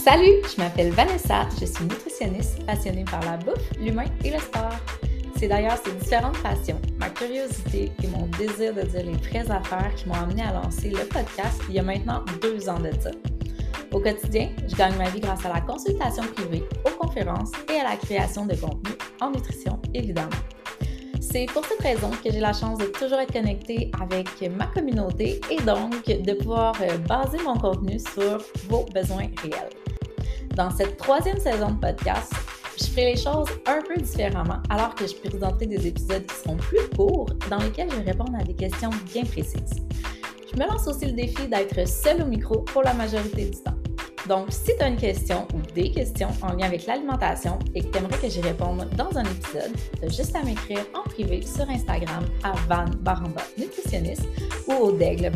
Salut, je m'appelle Vanessa, je suis nutritionniste passionnée par la bouffe, l'humain et le sport. C'est d'ailleurs ces différentes passions, ma curiosité et mon désir de dire les vraies affaires qui m'ont amené à lancer le podcast il y a maintenant 2 ans de ça. Au quotidien, je gagne ma vie grâce à la consultation privée, aux conférences et à la création de contenu en nutrition, évidemment. C'est pour cette raison que j'ai la chance de toujours être connectée avec ma communauté et donc de pouvoir baser mon contenu sur vos besoins réels. Dans cette 3e saison de podcast, je ferai les choses un peu différemment alors que je présenterai des épisodes qui seront plus courts dans lesquels je vais répondre à des questions bien précises. Je me lance aussi le défi d'être seule au micro pour la majorité du temps. Donc, si tu as une question ou des questions en lien avec l'alimentation et que tu aimerais que j'y réponde dans un épisode, tu as juste à m'écrire en privé sur Instagram à van_nutritionniste ou au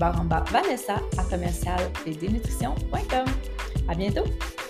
daigle_vanessa@commercial-nutrition.com. À bientôt!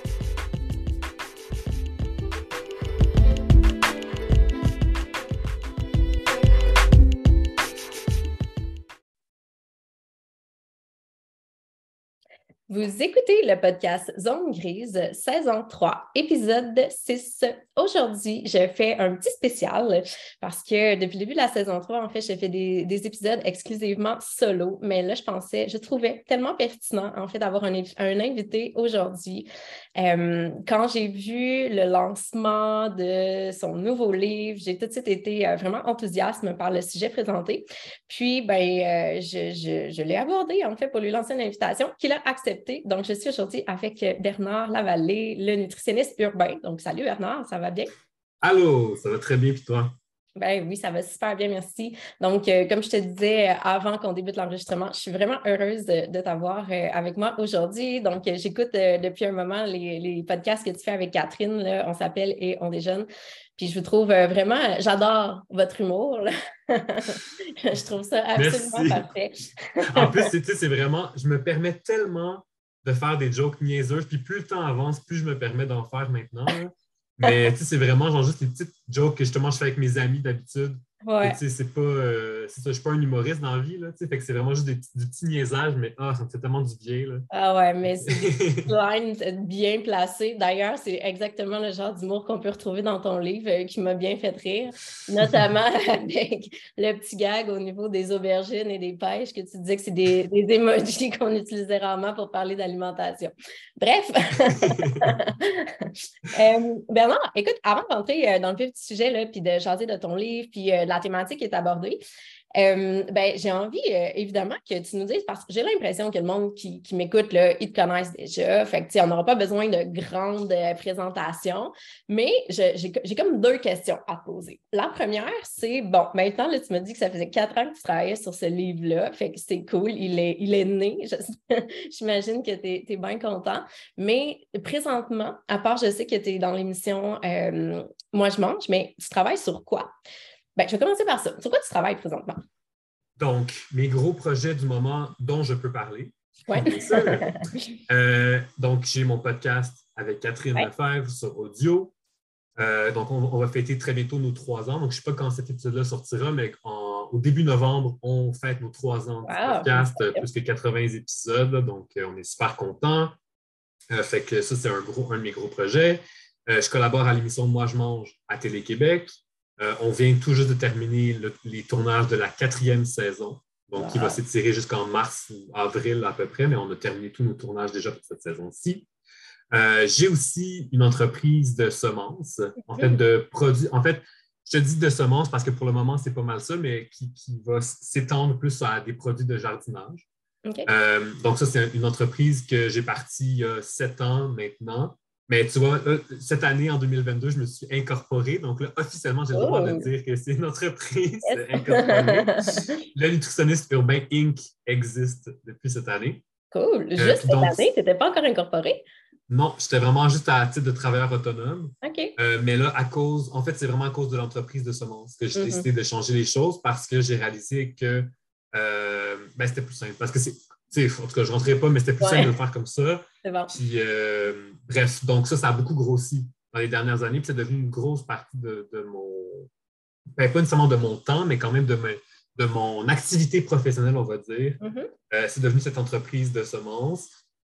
Vous écoutez le podcast Zone Grise, saison 3, épisode 6. Aujourd'hui, je fais un petit spécial parce que depuis le début de la saison 3, en fait, je fais des épisodes exclusivement solo. Mais là, je trouvais tellement pertinent, en fait, d'avoir un invité aujourd'hui. Quand j'ai vu le lancement de son nouveau livre, j'ai tout de suite été vraiment enthousiaste par le sujet présenté. Puis, je l'ai abordé, en fait, pour lui lancer une invitation qu'il a acceptée. Donc, je suis aujourd'hui avec Bernard Lavallée, le nutritionniste urbain. Donc, salut Bernard, ça va bien? Allô, ça va très bien, puis toi? Ben oui, ça va super bien, merci. Donc, comme je te disais avant qu'on débute l'enregistrement, je suis vraiment heureuse de t'avoir avec moi aujourd'hui. Donc, j'écoute depuis un moment les podcasts que tu fais avec Catherine, là, On s'appelle et on déjeune. Puis je vous trouve vraiment, j'adore votre humour. Je trouve ça absolument Merci. parfait. En plus, c'est vraiment, je me permets tellement de faire des jokes niaiseuses, puis plus le temps avance, plus je me permets d'en faire maintenant, là. Mais c'est vraiment genre juste des petites jokes que justement je fais avec mes amis d'habitude. Ouais. C'est pas, c'est ça, je suis pas un humoriste dans la vie, là, fait que c'est vraiment juste du petit niaisage, mais ça me fait tellement du bien, là. Ah ouais, mais c'est des lines bien placées. D'ailleurs, c'est exactement le genre d'humour qu'on peut retrouver dans ton livre qui m'a bien fait rire, notamment avec le petit gag au niveau des aubergines et des pêches que tu disais que c'est des emojis qu'on utilisait rarement pour parler d'alimentation. Bref. Bernard, écoute, avant de rentrer dans le vif du sujet, là, puis de jaser de ton livre, puis de la thématique qui est abordée, j'ai envie, évidemment, que tu nous dises, parce que j'ai l'impression que le monde qui m'écoute, là, ils te connaissent déjà. Fait que, on n'aura pas besoin de grandes présentations, mais j'ai comme 2 questions à te poser. La première, c'est, bon, maintenant, là, tu me dis que ça faisait 4 ans que tu travaillais sur ce livre-là. Fait que c'est cool, il est né. J'imagine que tu es bien content. Mais présentement, à part, je sais que tu es dans l'émission Moi, je mange, mais tu travailles sur quoi? Je vais commencer par ça. Sur quoi tu travailles présentement? Donc, mes gros projets du moment dont je peux parler, ouais. bien sûr. Donc, j'ai mon podcast avec Catherine Lefebvre sur audio. Donc, on va fêter très bientôt nos 3 ans. Donc, je ne sais pas quand cet épisode-là sortira, mais au début novembre, on fête nos 3 ans du podcast, plus que 80 épisodes. Donc, on est super contents. Fait que ça, c'est un de mes gros projets. Je collabore à l'émission Moi, je mange à Télé-Québec. On vient tout juste de terminer les tournages de la 4e saison, donc qui va s'étirer jusqu'en mars ou avril à peu près, mais on a terminé tous nos tournages déjà pour cette saison-ci. J'ai aussi une entreprise de semences, en fait, de produits. En fait, je te dis de semences parce que pour le moment, c'est pas mal ça, mais qui va s'étendre plus à des produits de jardinage. Okay. Donc, ça, c'est une entreprise que j'ai partie il y a 7 ans maintenant. Mais tu vois, cette année, en 2022, je me suis incorporé. Donc là, officiellement, j'ai le droit de dire que c'est une entreprise incorporée. Le Nutritionniste Urbain Inc. existe depuis cette année. Cool. Juste cette année, tu n'étais pas encore incorporé? Non, j'étais vraiment juste à titre de travailleur autonome. OK. Mais là, c'est vraiment à cause de l'entreprise de semences que j'ai décidé de changer les choses parce que j'ai réalisé que c'était plus simple. Parce que en tout cas, je ne rentrerai pas, mais c'était plus simple de le faire comme ça. C'est bon. Puis, bref, donc ça a beaucoup grossi dans les dernières années. Puis, c'est devenu une grosse partie de mon... pas nécessairement de mon temps, mais quand même de mon activité professionnelle, on va dire. C'est devenu cette entreprise de semences.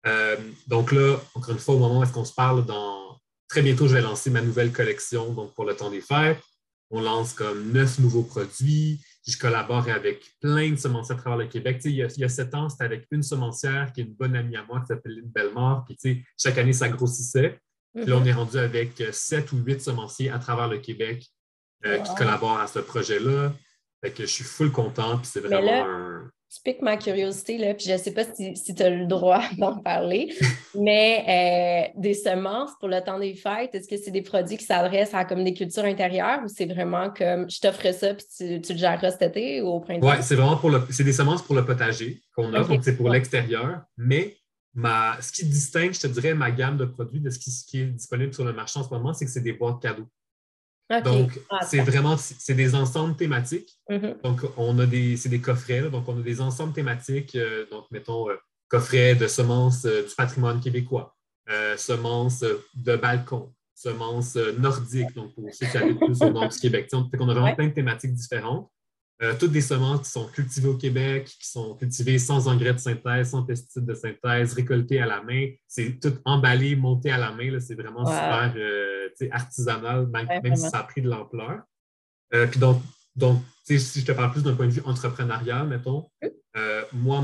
Donc là, encore une fois, au moment où est-ce qu'on se parle, très bientôt, je vais lancer ma nouvelle collection donc pour le temps des fêtes. On lance comme 9 nouveaux produits. Je collabore avec plein de semenciers à travers le Québec. Il y a 7 ans, c'était avec une semencière qui est une bonne amie à moi qui s'appelle Lynn Bellemare. Puis chaque année, ça grossissait. Puis là, on est rendu avec 7 ou 8 semenciers à travers le Québec qui collaborent à ce projet-là. Fait que je suis full content. Puis c'est vraiment tu piques ma curiosité, là, puis je ne sais pas si tu as le droit d'en parler, mais des semences pour le temps des fêtes, est-ce que c'est des produits qui s'adressent à comme des cultures intérieures ou c'est vraiment comme je t'offre ça puis tu le géreras cet été ou au printemps? Oui, c'est vraiment c'est des semences pour le potager qu'on offre, donc c'est pour l'extérieur, mais ce qui distingue, je te dirais, ma gamme de produits de ce qui est disponible sur le marché en ce moment, c'est que c'est des boîtes cadeaux. Okay. Donc, c'est des ensembles thématiques. Donc, c'est des coffrets. Là, donc, on a des ensembles thématiques. Donc, mettons, coffret de semences du patrimoine québécois, semences de balcon, semences nordiques, donc pour ceux qui habitent plus au nord du Québec. Donc, on a vraiment plein de thématiques différentes. Toutes des semences qui sont cultivées au Québec, qui sont cultivées sans engrais de synthèse, sans pesticides de synthèse, récoltées à la main. C'est tout emballé, monté à la main. Là, c'est vraiment super artisanal, même si ça a pris de l'ampleur. Puis donc si je te parle plus d'un point de vue entrepreneurial, mettons, moi,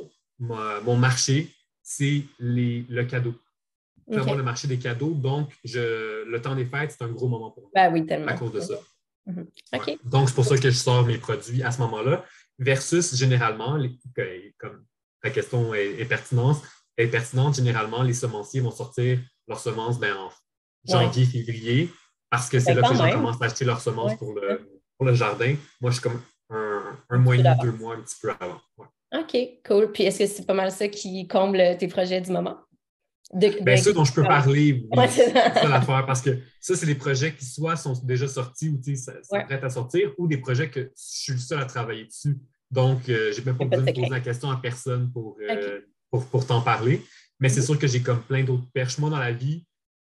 mon marché, c'est le cadeau. Vraiment le marché des cadeaux. Donc, le temps des fêtes, c'est un gros moment pour moi. Ben oui, tellement. À cause de ça. Okay. Ouais. Donc, c'est pour ça que je sors mes produits à ce moment-là, versus généralement, comme ta question est pertinente, généralement, les semenciers vont sortir leurs semences en janvier, février, parce que c'est là que les gens commencent à acheter leurs semences pour le jardin. Moi, je suis comme un mois et demi, 2 mois, un petit peu avant. Ouais. OK, cool. Puis est-ce que c'est pas mal ça qui comble tes projets du moment? Ceux dont je peux parler, oui, c'est ça l'affaire, parce que ça, c'est des projets qui soit sont déjà sortis ou prêts à sortir, ou des projets que je suis le seul à travailler dessus. Donc, je n'ai même pas besoin de poser la question à personne pour t'en parler. Mais c'est sûr que j'ai comme plein d'autres perches. Moi, dans la vie,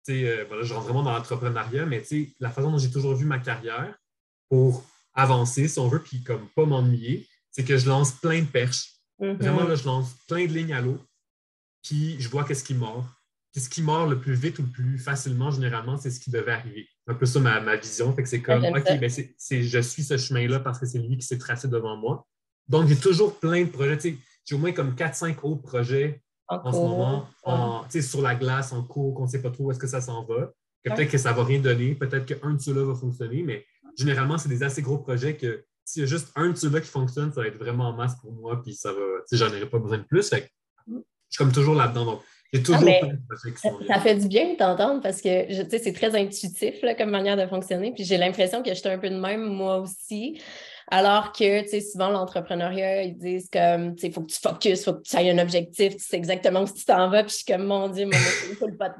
je rentre vraiment dans l'entrepreneuriat, mais la façon dont j'ai toujours vu ma carrière pour avancer, si on veut, puis comme pas m'ennuyer, c'est que je lance plein de perches. Vraiment, là, je lance plein de lignes à l'eau. Puis je vois qu'est-ce qui mord. Qu'est-ce qui mord le plus vite ou le plus facilement, généralement, c'est ce qui devait arriver. C'est un peu ça ma vision. Fait que c'est comme, OK, je suis ce chemin-là parce que c'est lui qui s'est tracé devant moi. Donc, j'ai toujours plein de projets. J'ai au moins comme 4-5 autres projets en ce moment, sur la glace, en cours, qu'on ne sait pas trop où est-ce que ça s'en va. Peut-être que ça ne va rien donner. Peut-être qu'un de ceux-là va fonctionner, mais généralement, c'est des assez gros projets que s'il y a juste un de ceux-là qui fonctionne, ça va être vraiment en masse pour moi, puis ça va, j'en aurai pas besoin de plus. Fait que, je suis comme toujours là-dedans. Donc, j'ai toujours plein de projets qui sont ça fait du bien de t'entendre parce que c'est très intuitif là, comme manière de fonctionner. Puis j'ai l'impression que j'étais un peu de même, moi aussi. Alors que souvent, l'entrepreneuriat, ils disent comme il faut que tu focuses, il faut que tu aies un objectif, tu sais exactement où tu t'en vas. Puis je suis comme, mon Dieu, il faut pas de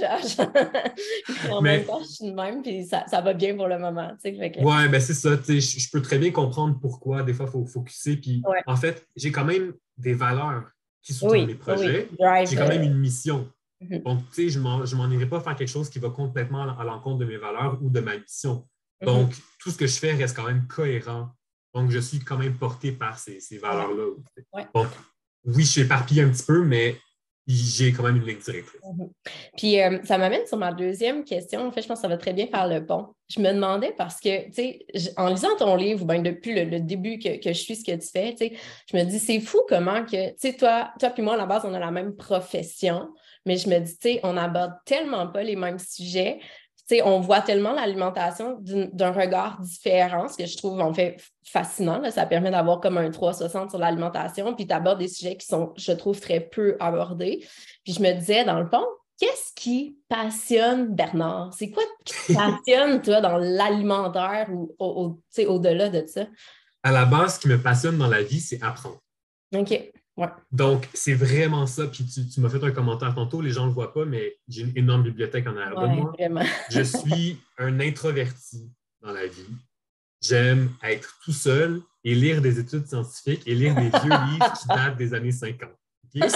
tête. En même temps, je suis de même, puis ça va bien pour le moment. Oui, c'est ça. Je peux très bien comprendre pourquoi des fois, il faut focuser. Puis en fait, j'ai quand même des valeurs qui soutiennent mes projets. J'ai quand même une mission. Donc, je m'en irai pas faire quelque chose qui va complètement à l'encontre de mes valeurs ou de ma mission. Donc, tout ce que je fais reste quand même cohérent. Donc, je suis quand même porté par ces valeurs-là. Donc, oui, je suis éparpillé un petit peu, mais j'ai quand même une ligne directrice. Puis, ça m'amène sur ma deuxième question. En fait, je pense que ça va très bien faire le pont. Je me demandais parce que, en lisant ton livre, depuis le début que je suis ce que tu fais, je me dis, c'est fou comment que, toi puis moi, à la base, on a la même profession, mais je me dis, on n'aborde tellement pas les mêmes sujets. On voit tellement l'alimentation d'un regard différent, ce que je trouve en fait fascinant. Là. Ça permet d'avoir comme un 360 sur l'alimentation, puis tu abordes des sujets qui sont, je trouve, très peu abordés. Puis je me disais, dans le fond, qu'est-ce qui passionne Bernard? C'est quoi qui te passionne, toi, dans l'alimentaire ou au-delà de ça? À la base, ce qui me passionne dans la vie, c'est apprendre. OK. Ouais. Donc, c'est vraiment ça. Puis tu m'as fait un commentaire tantôt, les gens ne le voient pas, mais j'ai une énorme bibliothèque en arrière de moi. Vraiment. Je suis un introverti dans la vie. J'aime être tout seul et lire des études scientifiques et lire des vieux livres qui datent des années 50. Okay?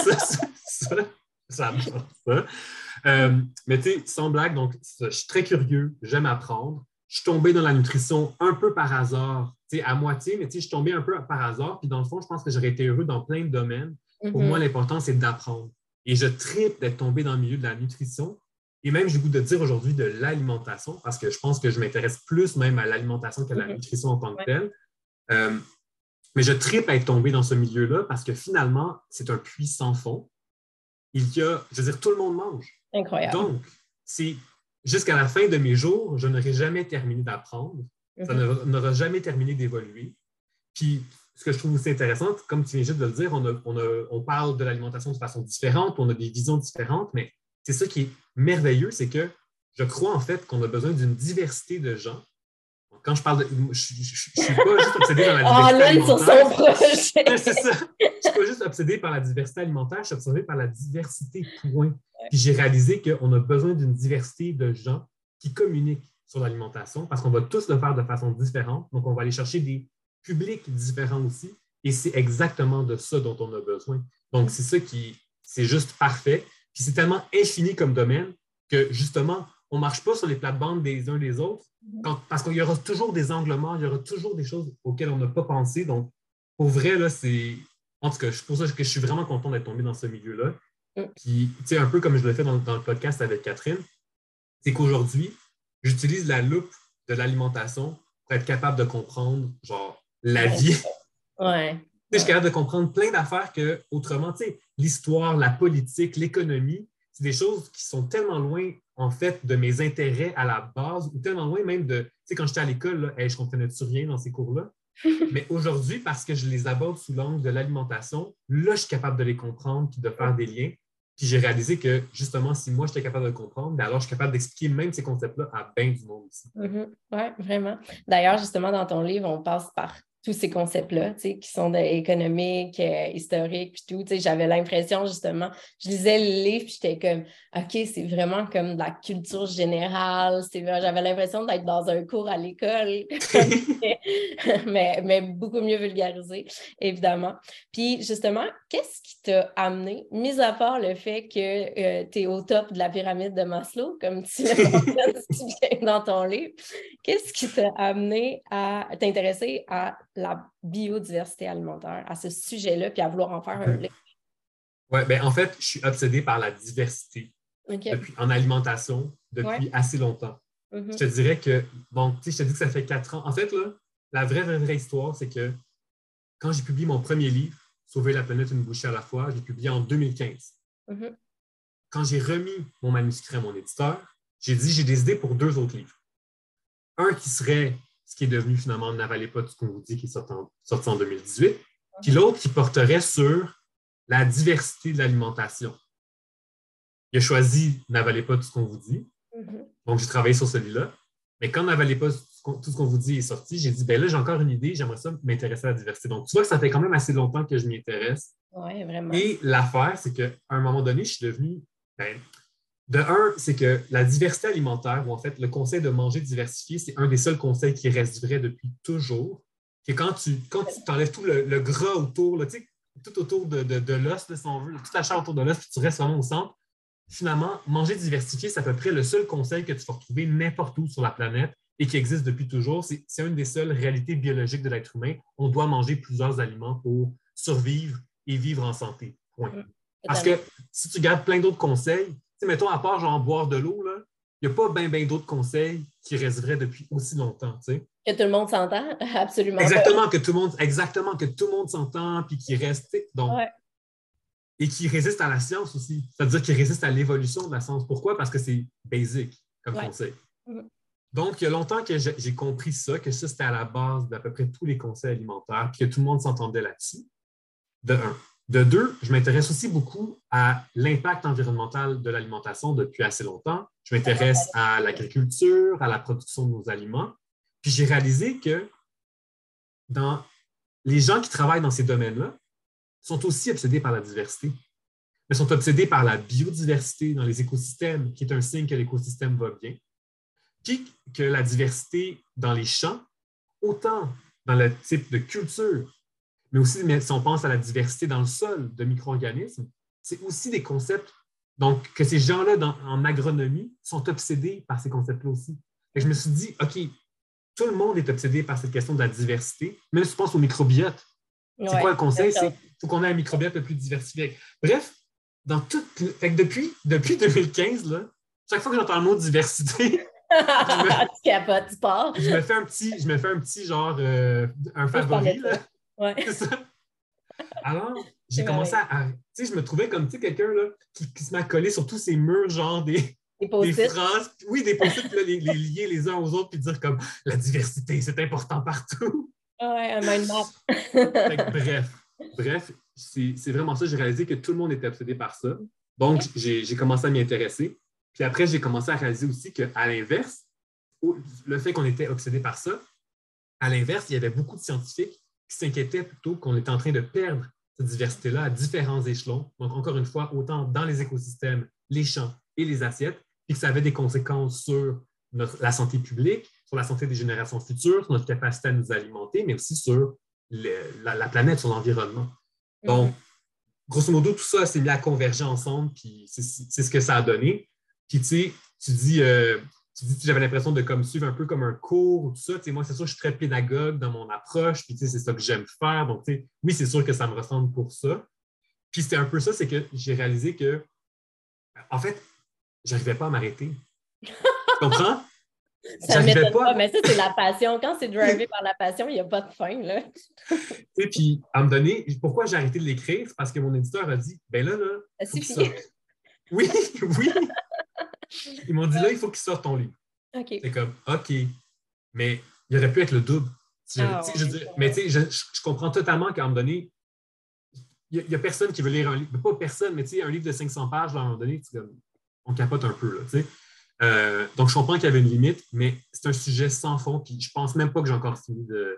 J'adore ça. Mais tu sais, sans blague, donc, je suis très curieux, j'aime apprendre. Je suis tombé dans la nutrition un peu par hasard, à moitié, mais je suis tombé un peu par hasard. Puis dans le fond, je pense que j'aurais été heureux dans plein de domaines. Pour moi, l'important, c'est d'apprendre. Et je tripe d'être tombé dans le milieu de la nutrition. Et même, j'ai le goût de dire aujourd'hui de l'alimentation, parce que je pense que je m'intéresse plus même à l'alimentation qu'à la nutrition en tant que telle. Mais je tripe à être tombé dans ce milieu-là parce que finalement, c'est un puits sans fond. Il y a, je veux dire, tout le monde mange. Incroyable. Donc, c'est jusqu'à la fin de mes jours, je n'aurai jamais terminé d'apprendre. Ça n'aura jamais terminé d'évoluer. Puis, ce que je trouve aussi intéressant, comme tu viens juste de le dire, on parle de l'alimentation de façon différente, on a des visions différentes, mais c'est ça qui est merveilleux, c'est que je crois en fait qu'on a besoin d'une diversité de gens. Quand je parle de... Je ne suis pas juste obsédé par la diversité alimentaire. Sur son projet. C'est ça. Je ne suis pas juste obsédé par la diversité alimentaire, je suis obsédé par la diversité, point. Puis j'ai réalisé qu'on a besoin d'une diversité de gens qui communiquent sur l'alimentation parce qu'on va tous le faire de façon différente. Donc, on va aller chercher des publics différents aussi. Et c'est exactement de ça dont on a besoin. Donc, c'est ça qui... C'est juste parfait. Puis c'est tellement infini comme domaine que, justement, on ne marche pas sur les plates-bandes des uns des autres parce qu'il y aura toujours des angles morts, il y aura toujours des choses auxquelles on n'a pas pensé. Donc, pour vrai, là, c'est... En tout cas, c'est pour ça que je suis vraiment content d'être tombé dans ce milieu-là. Puis, tu sais, un peu comme je l'ai fait dans le podcast avec Catherine, c'est qu'aujourd'hui, j'utilise la loupe de l'alimentation pour être capable de comprendre, genre, la vie. Ouais. Je suis capable de comprendre plein d'affaires que, autrement, tu sais, l'histoire, la politique, l'économie, c'est des choses qui sont tellement loin, en fait, de mes intérêts à la base, ou tellement loin même de, tu sais, quand j'étais à l'école, là, hey, je ne comprenais-tu rien dans ces cours-là? Mais aujourd'hui, parce que je les aborde sous l'angle de l'alimentation, là, je suis capable de les comprendre puis de faire des liens. Puis j'ai réalisé que, justement, si moi, j'étais capable de le comprendre, bien alors je suis capable d'expliquer même ces concepts-là à bien du monde aussi. Oui, vraiment. D'ailleurs, justement, dans ton livre, on passe par tous ces concepts-là, tu sais, qui sont économiques, historiques, puis tout. Tu sais, j'avais l'impression, justement, je lisais le livre, puis j'étais comme, OK, c'est vraiment comme de la culture générale. J'avais l'impression d'être dans un cours à l'école, mais beaucoup mieux vulgarisé, évidemment. Puis, justement, qu'est-ce qui t'a amené, mis à part le fait que tu es au top de la pyramide de Maslow, comme tu le mentionnes si bien dans ton livre, qu'est-ce qui t'a amené à t'intéresser à la biodiversité alimentaire, à ce sujet-là, puis à vouloir en faire un livre? Oui, bien en fait, je suis obsédé par la diversité en alimentation depuis assez longtemps. Je te dirais que, bon, tu sais, je te dis que ça fait 4 ans. En fait, là, la vraie histoire, c'est que quand j'ai publié mon premier livre, Sauver la planète une bouchée à la fois, je l'ai publié en 2015. Quand j'ai remis mon manuscrit à mon éditeur, j'ai dit, j'ai des idées pour 2 autres livres. Un qui serait ce qui est devenu finalement N'avalez pas tout ce qu'on vous dit, qui est sorti en 2018, puis l'autre qui porterait sur la diversité de l'alimentation. Il a choisi N'avalez pas tout ce qu'on vous dit, donc j'ai travaillé sur celui-là, mais quand N'avalez pas tout ce qu'on vous dit est sorti, j'ai dit, ben là, j'ai encore une idée, j'aimerais ça m'intéresser à la diversité. Donc, tu vois que ça fait quand même assez longtemps que je m'y intéresse. Oui, vraiment. Et l'affaire, c'est qu'à un moment donné, je suis devenu... de un, c'est que la diversité alimentaire, ou en fait, le conseil de manger diversifié, c'est un des seuls conseils qui reste vrai depuis toujours. Que quand tu enlèves tout le gras autour, là, tu sais, tout autour de l'os, si on veut, toute la chair autour de l'os, puis tu restes vraiment au centre, finalement, manger diversifié, c'est à peu près le seul conseil que tu vas retrouver n'importe où sur la planète et qui existe depuis toujours. C'est une des seules réalités biologiques de l'être humain. On doit manger plusieurs aliments pour survivre et vivre en santé. Point. Parce que si tu gardes plein d'autres conseils, mettons, à part genre boire de l'eau, il n'y a pas bien d'autres conseils qui restent vrais depuis aussi longtemps. T'sais. Que tout le monde s'entend, absolument. Exactement, que tout le monde s'entend, puis qui reste. Donc, et qui résiste à la science aussi. C'est-à-dire qui résiste à l'évolution de la science. Pourquoi? Parce que c'est basic comme conseil. Donc, il y a longtemps que j'ai compris ça, que ça, c'était à la base d'à peu près tous les conseils alimentaires, puis que tout le monde s'entendait là-dessus. De un. De 2, je m'intéresse aussi beaucoup à l'impact environnemental de l'alimentation depuis assez longtemps. Je m'intéresse à l'agriculture, à la production de nos aliments. Puis j'ai réalisé que les gens qui travaillent dans ces domaines-là sont aussi obsédés par la diversité. Ils sont obsédés par la biodiversité dans les écosystèmes, qui est un signe que l'écosystème va bien. Puis que la diversité dans les champs, autant dans le type de culture, mais aussi, si on pense à la diversité dans le sol de micro-organismes, c'est aussi des concepts, donc que ces gens-là en agronomie sont obsédés par ces concepts-là aussi. Et je me suis dit, OK, tout le monde est obsédé par cette question de la diversité, même si tu penses au microbiote. C'est quoi le conseil? C'est qu'il faut qu'on ait un microbiote le plus diversifié. Bref, dans tout... Fait que depuis 2015, là, chaque fois que j'entends le mot diversité, Tu capotes, tu pars. je me fais un petit genre, un favori, là. Ouais. C'est ça. Alors, j'ai C'est commencé à tu sais, je me trouvais comme, tu sais, quelqu'un, là, qui se m'a collé sur tous ces murs, genre des phrases, oui, des post-it, puis là, les lier les uns aux autres, puis dire comme, la diversité, c'est important partout. Ouais, un mind map. Fait que, bref, c'est vraiment ça. J'ai réalisé que tout le monde était obsédé par ça. Donc, j'ai commencé à m'y intéresser. Puis après, j'ai commencé à réaliser aussi qu'à l'inverse, le fait qu'on était obsédé par ça, à l'inverse, il y avait beaucoup de scientifiques qui s'inquiétaient plutôt qu'on était en train de perdre cette diversité-là à différents échelons. Donc, encore une fois, autant dans les écosystèmes, les champs et les assiettes, puis que ça avait des conséquences sur la santé publique, sur la santé des générations futures, sur notre capacité à nous alimenter, mais aussi sur la planète, sur l'environnement. Donc, grosso modo, tout ça s'est mis à converger ensemble, puis c'est ce que ça a donné. Puis, tu sais, tu dis que j'avais l'impression de comme suivre un peu comme un cours ou tout ça. Tu sais, moi, c'est sûr que je suis très pédagogue dans mon approche, puis tu sais, c'est ça que j'aime faire. Donc, tu sais, oui, c'est sûr que ça me ressemble pour ça. Puis, c'était un peu ça, c'est que j'ai réalisé que, en fait, j'arrivais pas à m'arrêter. Tu comprends? Ça ne m'étonne pas, mais ça, c'est la passion. Quand c'est drivé par la passion, il n'y a pas de fin, là. Et puis, à me donner, pourquoi j'ai arrêté de l'écrire? C'est parce que mon éditeur a dit, ben là, ça suffit. Oui, oui. Ils m'ont dit, là, il faut qu'il sorte ton livre. OK. C'est comme, OK, mais il aurait pu être le double. Mais tu sais, je comprends totalement qu'à un moment donné, il n'y a personne qui veut lire un livre. Pas personne, mais tu sais, un livre de 500 pages, à un moment donné, on capote un peu, là, tu sais. Donc, je comprends qu'il y avait une limite, mais c'est un sujet sans fond, puis je pense même pas que j'ai encore fini de...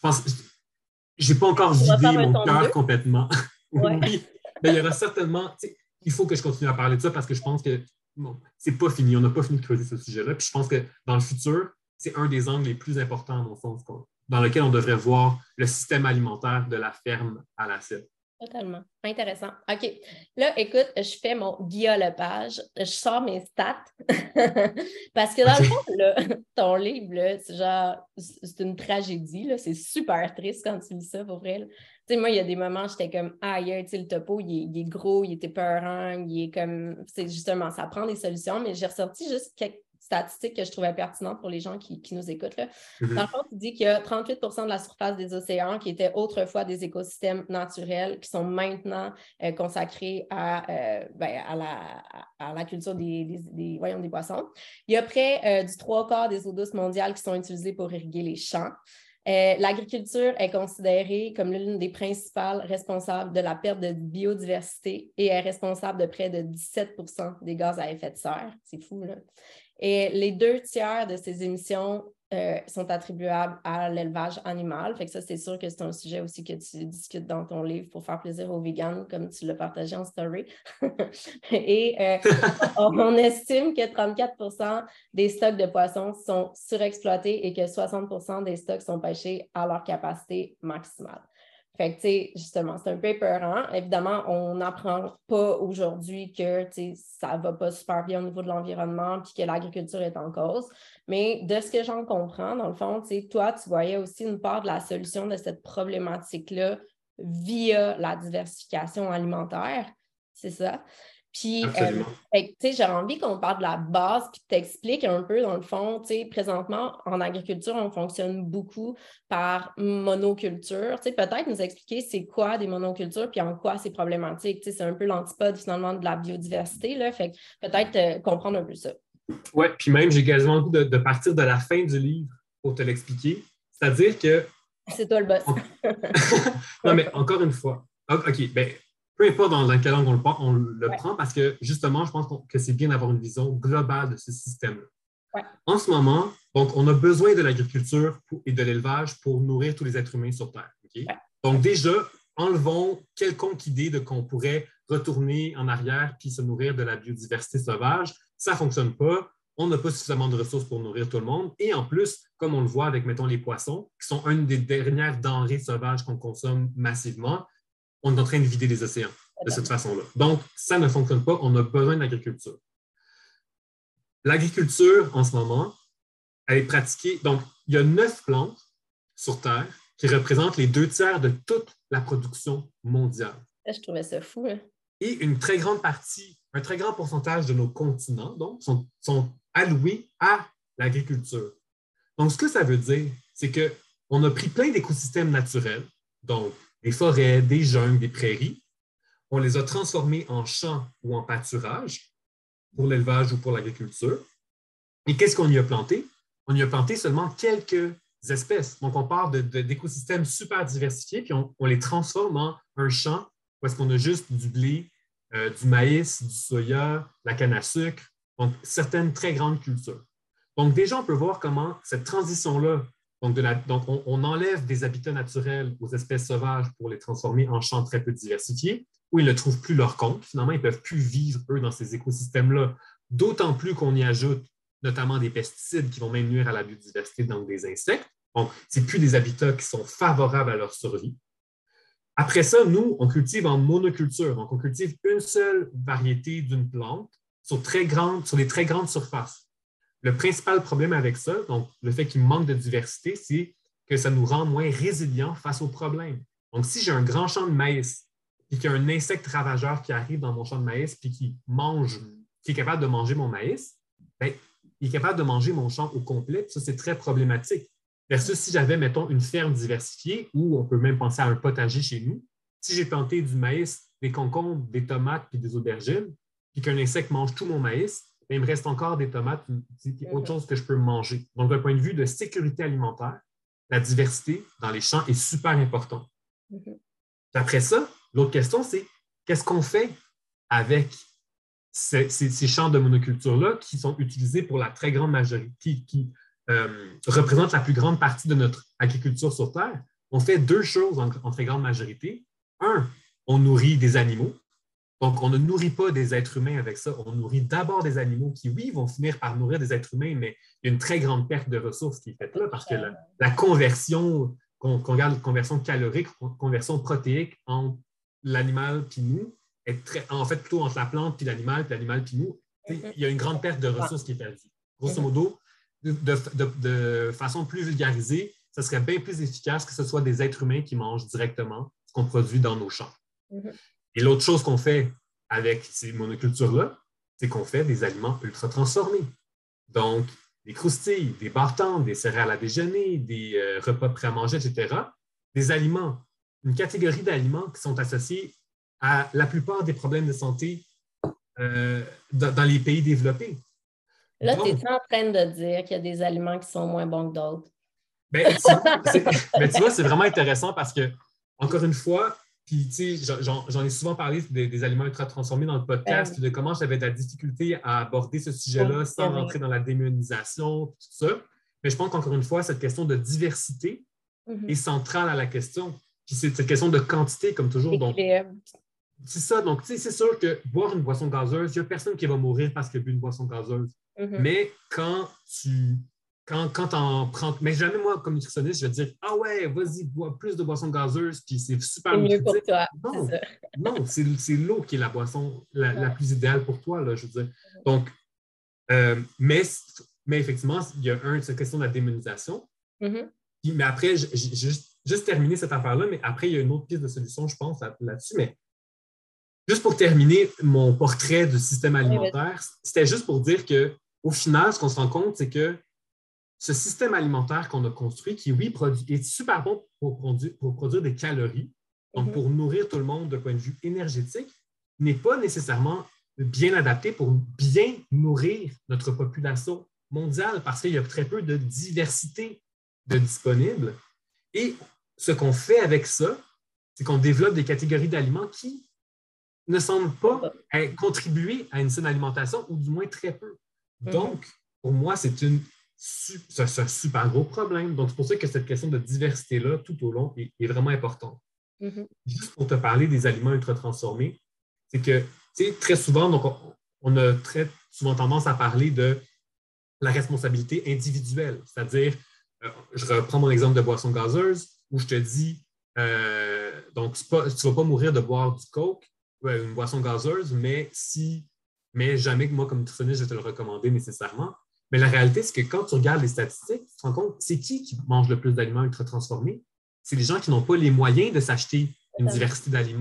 J'ai pas encore vidé mon cœur complètement. Ouais. Oui, mais il y aura certainement... Il faut que je continue à parler de ça parce que je pense que c'est pas fini. On n'a pas fini de creuser ce sujet-là. Puis je pense que dans le futur, c'est un des angles les plus importants, à mon sens, dans lequel on devrait voir le système alimentaire de la ferme à l'assiette. Totalement. Intéressant. OK. Là, écoute, je fais mon Guilla Lepage. Je sors mes stats. Parce que dans le fond, là, ton livre, là, c'est genre, c'est une tragédie. Là. C'est super triste quand tu lis ça, pour vrai. Tu sais, moi, il y a des moments, j'étais comme, aïe, tu sais, le topo, il est gros, il est épeurant, il est comme, c'est justement, ça prend des solutions, mais j'ai ressorti juste quelques statistiques que je trouvais pertinentes pour les gens qui nous écoutent. Là. Dans le fond, tu dis qu'il y a 38 % de la surface des océans qui étaient autrefois des écosystèmes naturels qui sont maintenant consacrés à la culture des poissons. Il y a près du 3/4 des eaux douces mondiales qui sont utilisées pour irriguer les champs. L'agriculture est considérée comme l'une des principales responsables de la perte de biodiversité et est responsable de près de 17 % des gaz à effet de serre. C'est fou, là. Et les 2/3 de ces émissions sont attribuables à l'élevage animal. Fait que ça, c'est sûr que c'est un sujet aussi que tu discutes dans ton livre pour faire plaisir aux véganes, comme tu l'as partagé en story. Et on estime que 34 % des stocks de poissons sont surexploités et que 60 % des stocks sont pêchés à leur capacité maximale. Fait que, tu sais, justement, c'est un peu épeurant. Évidemment, on n'apprend pas aujourd'hui que, tu sais, ça ne va pas super bien au niveau de l'environnement puis que l'agriculture est en cause. Mais de ce que j'en comprends, dans le fond, tu sais, toi, tu voyais aussi une part de la solution de cette problématique-là via la diversification alimentaire. C'est ça? Puis, tu sais, j'ai envie qu'on parle de la base puis que tu expliques un peu, dans le fond, tu sais, présentement, en agriculture, on fonctionne beaucoup par monoculture. Tu sais, peut-être nous expliquer c'est quoi des monocultures puis en quoi c'est problématique. Tu sais, c'est un peu l'antipode, finalement, de la biodiversité, là. Fait que peut-être comprendre un peu ça. Oui, puis même, j'ai quasiment le goût de partir de la fin du livre pour te l'expliquer. C'est-à-dire que... C'est toi le boss. Non, mais encore une fois. OK, bien... Peu importe dans quel angle on le prend, parce que justement, je pense que c'est bien d'avoir une vision globale de ce système-là. Ouais. En ce moment, donc, on a besoin de l'agriculture et de l'élevage pour nourrir tous les êtres humains sur Terre. Okay? Ouais. Donc déjà, enlevons quelconque idée de qu'on pourrait retourner en arrière puis se nourrir de la biodiversité sauvage. Ça ne fonctionne pas. On n'a pas suffisamment de ressources pour nourrir tout le monde. Et en plus, comme on le voit avec, mettons, les poissons, qui sont une des dernières denrées sauvages qu'on consomme massivement, on est en train de vider les océans de cette façon-là. Donc, ça ne fonctionne pas. On a besoin d'agriculture. L'agriculture, en ce moment, elle est pratiquée. Donc, il y a 9 plantes sur Terre qui représentent les 2/3 de toute la production mondiale. Je trouvais ça fou. Hein? Et une très grande partie, un très grand pourcentage de nos continents, donc, sont alloués à l'agriculture. Donc, ce que ça veut dire, c'est qu'on a pris plein d'écosystèmes naturels, donc des forêts, des jungles, des prairies, on les a transformés en champs ou en pâturage pour l'élevage ou pour l'agriculture. Et qu'est-ce qu'on y a planté? On y a planté seulement quelques espèces. Donc, on part d'écosystèmes super diversifiés, puis on les transforme en un champ où est-ce qu'on a juste du blé, du maïs, du soya, la canne à sucre, donc certaines très grandes cultures. Donc, déjà, on peut voir comment cette transition-là, donc on enlève des habitats naturels aux espèces sauvages pour les transformer en champs très peu diversifiés, où ils ne trouvent plus leur compte. Finalement, ils ne peuvent plus vivre, eux, dans ces écosystèmes-là, d'autant plus qu'on y ajoute notamment des pesticides qui vont même nuire à la biodiversité, donc des insectes. Donc, ce n'est plus des habitats qui sont favorables à leur survie. Après ça, nous, on cultive en monoculture. Donc, on cultive une seule variété d'une plante sur des très grandes surfaces. Le principal problème avec ça, donc le fait qu'il manque de diversité, c'est que ça nous rend moins résilients face aux problèmes. Donc, si j'ai un grand champ de maïs et qu'il y a un insecte ravageur qui arrive dans mon champ de maïs puis qui est capable de manger mon maïs, bien, il est capable de manger mon champ au complet. Ça, c'est très problématique. Versus si j'avais, mettons, une ferme diversifiée, ou on peut même penser à un potager chez nous, si j'ai planté du maïs, des concombres, des tomates puis des aubergines, puis qu'un insecte mange tout mon maïs, bien, il me reste encore des tomates et autre chose que je peux manger. Donc, d'un point de vue de sécurité alimentaire, la diversité dans les champs est super importante. Après ça, l'autre question, c'est qu'est-ce qu'on fait avec ces champs de monoculture-là qui sont utilisés pour la très grande majorité, qui représentent la plus grande partie de notre agriculture sur Terre? On fait deux choses en très grande majorité. Un, on nourrit des animaux. Donc, on ne nourrit pas des êtres humains avec ça. On nourrit d'abord des animaux qui, oui, vont finir par nourrir des êtres humains, mais il y a une très grande perte de ressources qui est faite là parce que la conversion, qu'on regarde, conversion calorique, conversion protéique entre l'animal puis nous, en fait, plutôt entre la plante puis l'animal puis nous, il y a une grande perte de ressources qui est perdue. Grosso modo, de façon plus vulgarisée, ce serait bien plus efficace que ce soit des êtres humains qui mangent directement ce qu'on produit dans nos champs. Et l'autre chose qu'on fait avec ces monocultures-là, c'est qu'on fait des aliments ultra transformés. Donc, des croustilles, des barres-tendres, des céréales à déjeuner, des repas prêts à manger, etc. Des aliments, une catégorie d'aliments qui sont associés à la plupart des problèmes de santé dans les pays développés. Là, tu es en train de dire qu'il y a des aliments qui sont moins bons que d'autres? Ben, tu vois, c'est vraiment intéressant parce que, encore une fois, puis, tu sais, j'en ai souvent parlé des aliments ultra transformés dans le podcast, puis de comment j'avais de la difficulté à aborder ce sujet-là sans rentrer dans la démonisation, tout ça. Mais je pense qu'encore une fois, cette question de diversité est centrale à la question. Puis c'est cette question de quantité, comme toujours. Donc, c'est ça. Donc, tu sais, c'est sûr que boire une boisson gazeuse, il n'y a personne qui va mourir parce qu'il a bu une boisson gazeuse. Mais quand tu en prends... Mais jamais, moi, comme nutritionniste, je vais dire « Ah ouais, vas-y, bois plus de boissons gazeuses, puis c'est super mieux pour toi. » Non, c'est l'eau qui est la boisson la plus idéale pour toi, là, je veux dire. Donc, mais effectivement, il y a cette question de la démonisation. Mais après, juste terminer cette affaire-là, mais après, il y a une autre piste de solution, je pense, là-dessus. Mais juste pour terminer mon portrait du système alimentaire, c'était juste pour dire qu'au final, ce qu'on se rend compte, c'est que ce système alimentaire qu'on a construit, qui, oui, est super bon pour produire des calories, donc pour nourrir tout le monde d'un point de vue énergétique, n'est pas nécessairement bien adapté pour bien nourrir notre population mondiale parce qu'il y a très peu de diversité de disponibles. Et ce qu'on fait avec ça, c'est qu'on développe des catégories d'aliments qui ne semblent pas contribuer à une saine alimentation, ou du moins très peu. Donc, pour moi, c'est un super gros problème. Donc, c'est pour ça que cette question de diversité-là, tout au long, est vraiment importante. Juste pour te parler des aliments ultra transformés, c'est que, tu sais, très souvent, donc, on a très souvent tendance à parler de la responsabilité individuelle. C'est-à-dire, je reprends mon exemple de boisson gazeuse, où je te dis, donc, tu ne vas pas mourir de boire du Coke, une boisson gazeuse, mais jamais que moi, comme nutritionniste, je vais te le recommander nécessairement. Mais la réalité, c'est que quand tu regardes les statistiques, tu te rends compte, c'est qui mange le plus d'aliments ultra transformés? C'est les gens qui n'ont pas les moyens de s'acheter une diversité d'aliments.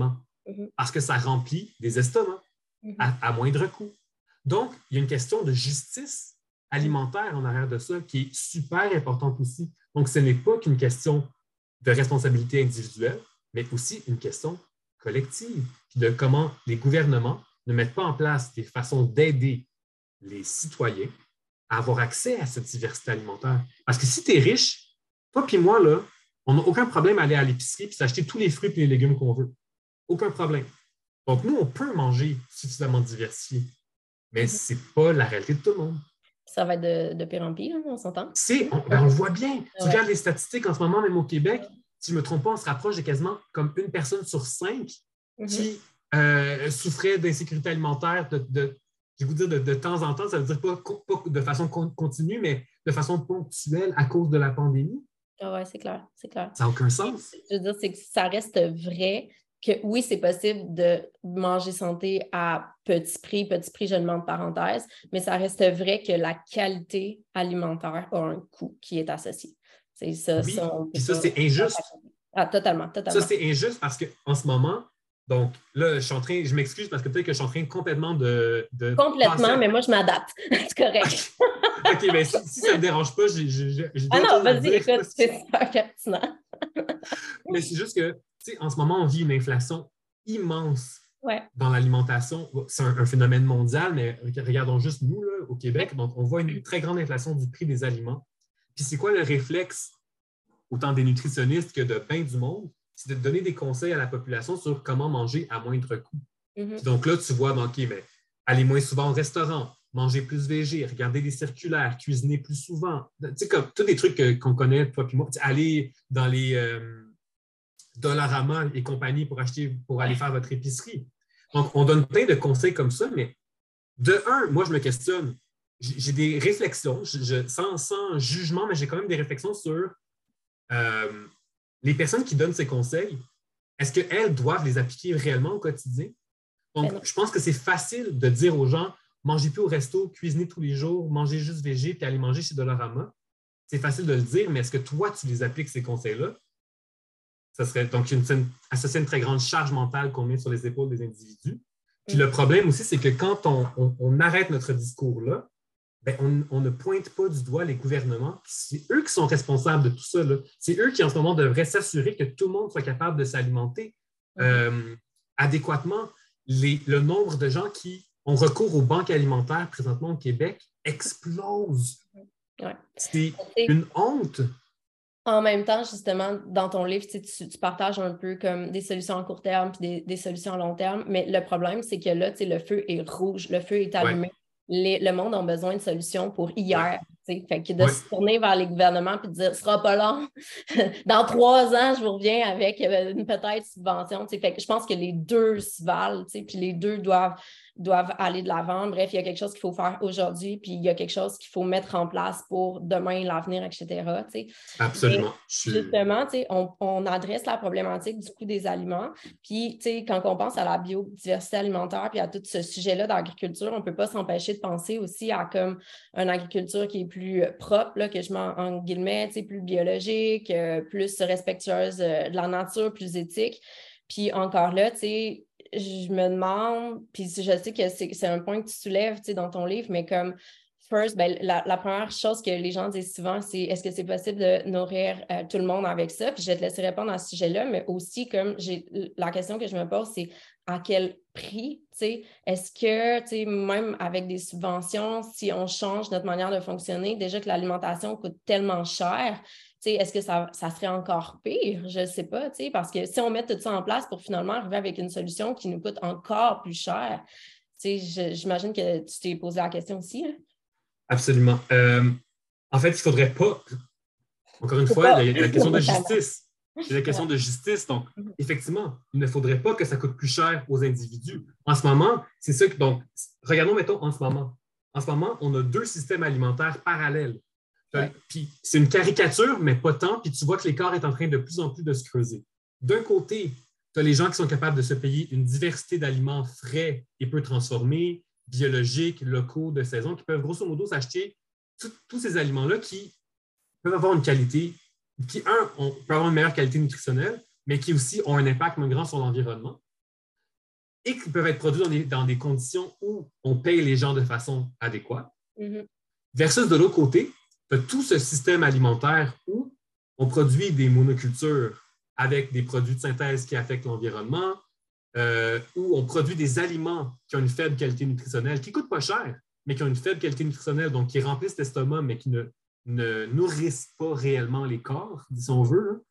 parce que ça remplit des estomacs à moindre coût. Donc, il y a une question de justice alimentaire en arrière de ça qui est super importante aussi. Donc, ce n'est pas qu'une question de responsabilité individuelle, mais aussi une question collective, puis de comment les gouvernements ne mettent pas en place des façons d'aider les citoyens à avoir accès à cette diversité alimentaire. Parce que si tu es riche, toi puis moi, là, on n'a aucun problème à aller à l'épicerie et s'acheter tous les fruits et les légumes qu'on veut. Aucun problème. Donc, nous, on peut manger suffisamment diversifié, mais ce n'est pas la réalité de tout le monde. Ça va être de pire en pire, on s'entend? On le voit bien. Tu regardes les statistiques en ce moment, même au Québec, si je ne me trompe pas, on se rapproche de quasiment comme une personne sur 5 qui souffrait d'insécurité alimentaire je vais vous dire de temps en temps, ça veut dire pas de façon continue, mais de façon ponctuelle à cause de la pandémie. Ah ouais, c'est clair. Ça n'a aucun sens. Je veux dire, c'est que ça reste vrai que oui, c'est possible de manger santé à petit prix, je le mets en parenthèse, mais ça reste vrai que la qualité alimentaire a un coût qui est associé. C'est ça. Oui, puis ça, c'est injuste. Ah, totalement. Ça, c'est injuste parce qu'en ce moment, donc là, je m'excuse parce que peut-être que je suis en train complètement de complètement, mais moi, je m'adapte. C'est correct. OK, mais si ça ne me dérange pas, j'ai non, vas-y, écoute, c'est super pertinent. Mais c'est juste que, tu sais, en ce moment, on vit une inflation immense dans l'alimentation. C'est un phénomène mondial, mais regardons juste nous, là, au Québec. Donc, on voit une très grande inflation du prix des aliments. Puis c'est quoi le réflexe, autant des nutritionnistes que de bien du monde? C'est de donner des conseils à la population sur comment manger à moindre coût. Donc là, tu vois, OK, mais aller moins souvent au restaurant, manger plus végé, regarder des circulaires, cuisiner plus souvent. Tu sais, comme tous les trucs qu'on connaît, toi puis moi. Aller dans les Dollarama et compagnie pour aller faire votre épicerie. Donc, on donne plein de conseils comme ça, mais de un, moi, je me questionne. J'ai des réflexions, sans jugement, mais j'ai quand même des réflexions sur les personnes qui donnent ces conseils. Est-ce qu'elles doivent les appliquer réellement au quotidien? Donc, je pense que c'est facile de dire aux gens mangez plus au resto, cuisinez tous les jours, mangez juste végé, puis allez manger chez Dollarama. C'est facile de le dire, mais est-ce que toi, tu les appliques, ces conseils-là? Ça serait donc associé à une très grande charge mentale qu'on met sur les épaules des individus. Puis le problème aussi, c'est que quand on arrête notre discours-là, ben on ne pointe pas du doigt les gouvernements. C'est eux qui sont responsables de tout ça. C'est eux qui, en ce moment, devraient s'assurer que tout le monde soit capable de s'alimenter adéquatement. Le nombre de gens qui ont recours aux banques alimentaires présentement au Québec explose. Ouais. C'est une honte. En même temps, justement, dans ton livre, tu partages un peu comme des solutions à court terme puis des solutions à long terme, mais le problème, c'est que là, le feu est rouge, le feu est allumé. Le monde a besoin de solutions pour hier. Fait que de se tourner vers les gouvernements et de dire « ce sera pas long, dans 3 ans, je vous reviens avec une peut-être subvention ». Fait que je pense que les deux se valent, puis les deux doivent aller de l'avant. Bref, il y a quelque chose qu'il faut faire aujourd'hui, puis il y a quelque chose qu'il faut mettre en place pour demain, l'avenir, etc. Absolument. Justement, on adresse la problématique du coût des aliments. Puis, quand on pense à la biodiversité alimentaire puis à tout ce sujet-là d'agriculture, on ne peut pas s'empêcher de penser aussi à comme une agriculture qui est plus propre, là, que je mets en guillemets, plus biologique, plus respectueuse de la nature, plus éthique. Puis encore là, je me demande, puis je sais que c'est un point que tu soulèves dans ton livre, mais comme first, la première chose que les gens disent souvent, c'est est-ce que c'est possible de nourrir tout le monde avec ça? Puis je vais te laisser répondre à ce sujet-là, mais aussi comme la question que je me pose, c'est à quel prix? Est-ce que même avec des subventions, si on change notre manière de fonctionner, déjà que l'alimentation coûte tellement cher, est-ce que ça serait encore pire? Je ne sais pas, parce que si on met tout ça en place pour finalement arriver avec une solution qui nous coûte encore plus cher, j'imagine que tu t'es posé la question aussi. Hein? Absolument. En fait, il ne faudrait pas... Encore une fois, il y a la question de justice. C'est la question de justice. Donc, effectivement, il ne faudrait pas que ça coûte plus cher aux individus. En ce moment, c'est ça que... Donc, regardons, mettons, en ce moment. En ce moment, on a 2 systèmes alimentaires parallèles. Puis c'est une caricature, mais pas tant. Puis tu vois que l'écart est en train de plus en plus de se creuser. D'un côté, tu as les gens qui sont capables de se payer une diversité d'aliments frais et peu transformés, biologiques, locaux, de saison, qui peuvent grosso modo s'acheter tous ces aliments-là qui peuvent avoir une qualité, qui, peuvent avoir une meilleure qualité nutritionnelle, mais qui aussi ont un impact moins grand sur l'environnement. et qui peuvent être produits dans des conditions où on paye les gens de façon adéquate. Versus de l'autre côté, tu as tout ce système alimentaire où on produit des monocultures avec des produits de synthèse qui affectent l'environnement, où on produit des aliments qui ont une faible qualité nutritionnelle, qui ne coûtent pas cher, mais qui ont une faible qualité nutritionnelle, donc qui remplissent l'estomac, mais qui ne nourrissent pas réellement les corps, si on veut.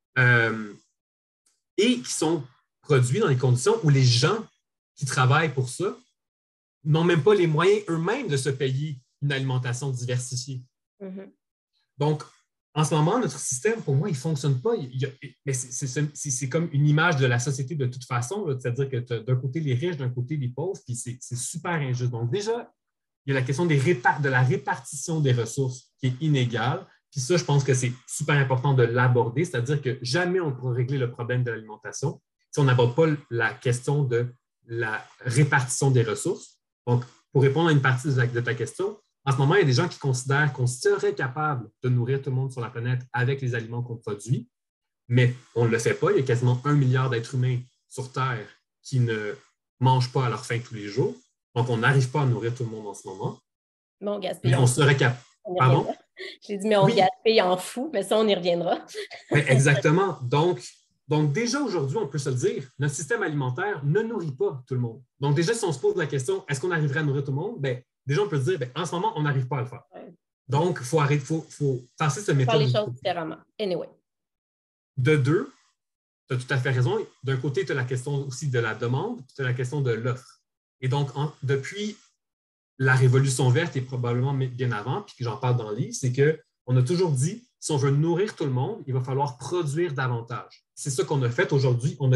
Et qui sont produits dans des conditions où les gens qui travaillent pour ça n'ont même pas les moyens eux-mêmes de se payer une alimentation diversifiée. Donc, en ce moment, notre système, pour moi, il ne fonctionne pas. Mais c'est comme une image de la société de toute façon, c'est-à-dire que tu as d'un côté les riches, d'un côté les pauvres, puis c'est super injuste. Donc, déjà, il y a la question de la répartition des ressources qui est inégale. Puis ça, je pense que c'est super important de l'aborder, c'est-à-dire que jamais on pourra régler le problème de l'alimentation si on n'aborde pas la question de la répartition des ressources. Donc, pour répondre à une partie de ta question, en ce moment, il y a des gens qui considèrent qu'on serait capable de nourrir tout le monde sur la planète avec les aliments qu'on produit, mais on ne le fait pas. Il y a quasiment 1 milliard d'êtres humains sur Terre qui ne mangent pas à leur faim tous les jours. Donc, on n'arrive pas à nourrir tout le monde en ce moment. Bon, gaspille. Mais on serait capable. Pardon? J'ai dit, mais on gaspille en fou, mais ça, on y reviendra. Exactement. Donc, déjà aujourd'hui, on peut se le dire, notre système alimentaire ne nourrit pas tout le monde. Donc, déjà, si on se pose la question, est-ce qu'on arriverait à nourrir tout le monde? Bien, déjà, on peut se dire, en ce moment, on n'arrive pas à le faire. Donc, il faut arrêter, il faut passer cette méthode. Faire les choses différemment. Anyway. De deux, tu as tout à fait raison. D'un côté, tu as la question aussi de la demande, puis tu as la question de l'offre. Et donc, depuis la Révolution verte et probablement bien avant, puis que j'en parle dans le livre, c'est qu'on a toujours dit, si on veut nourrir tout le monde, il va falloir produire davantage. C'est ça qu'on a fait aujourd'hui. On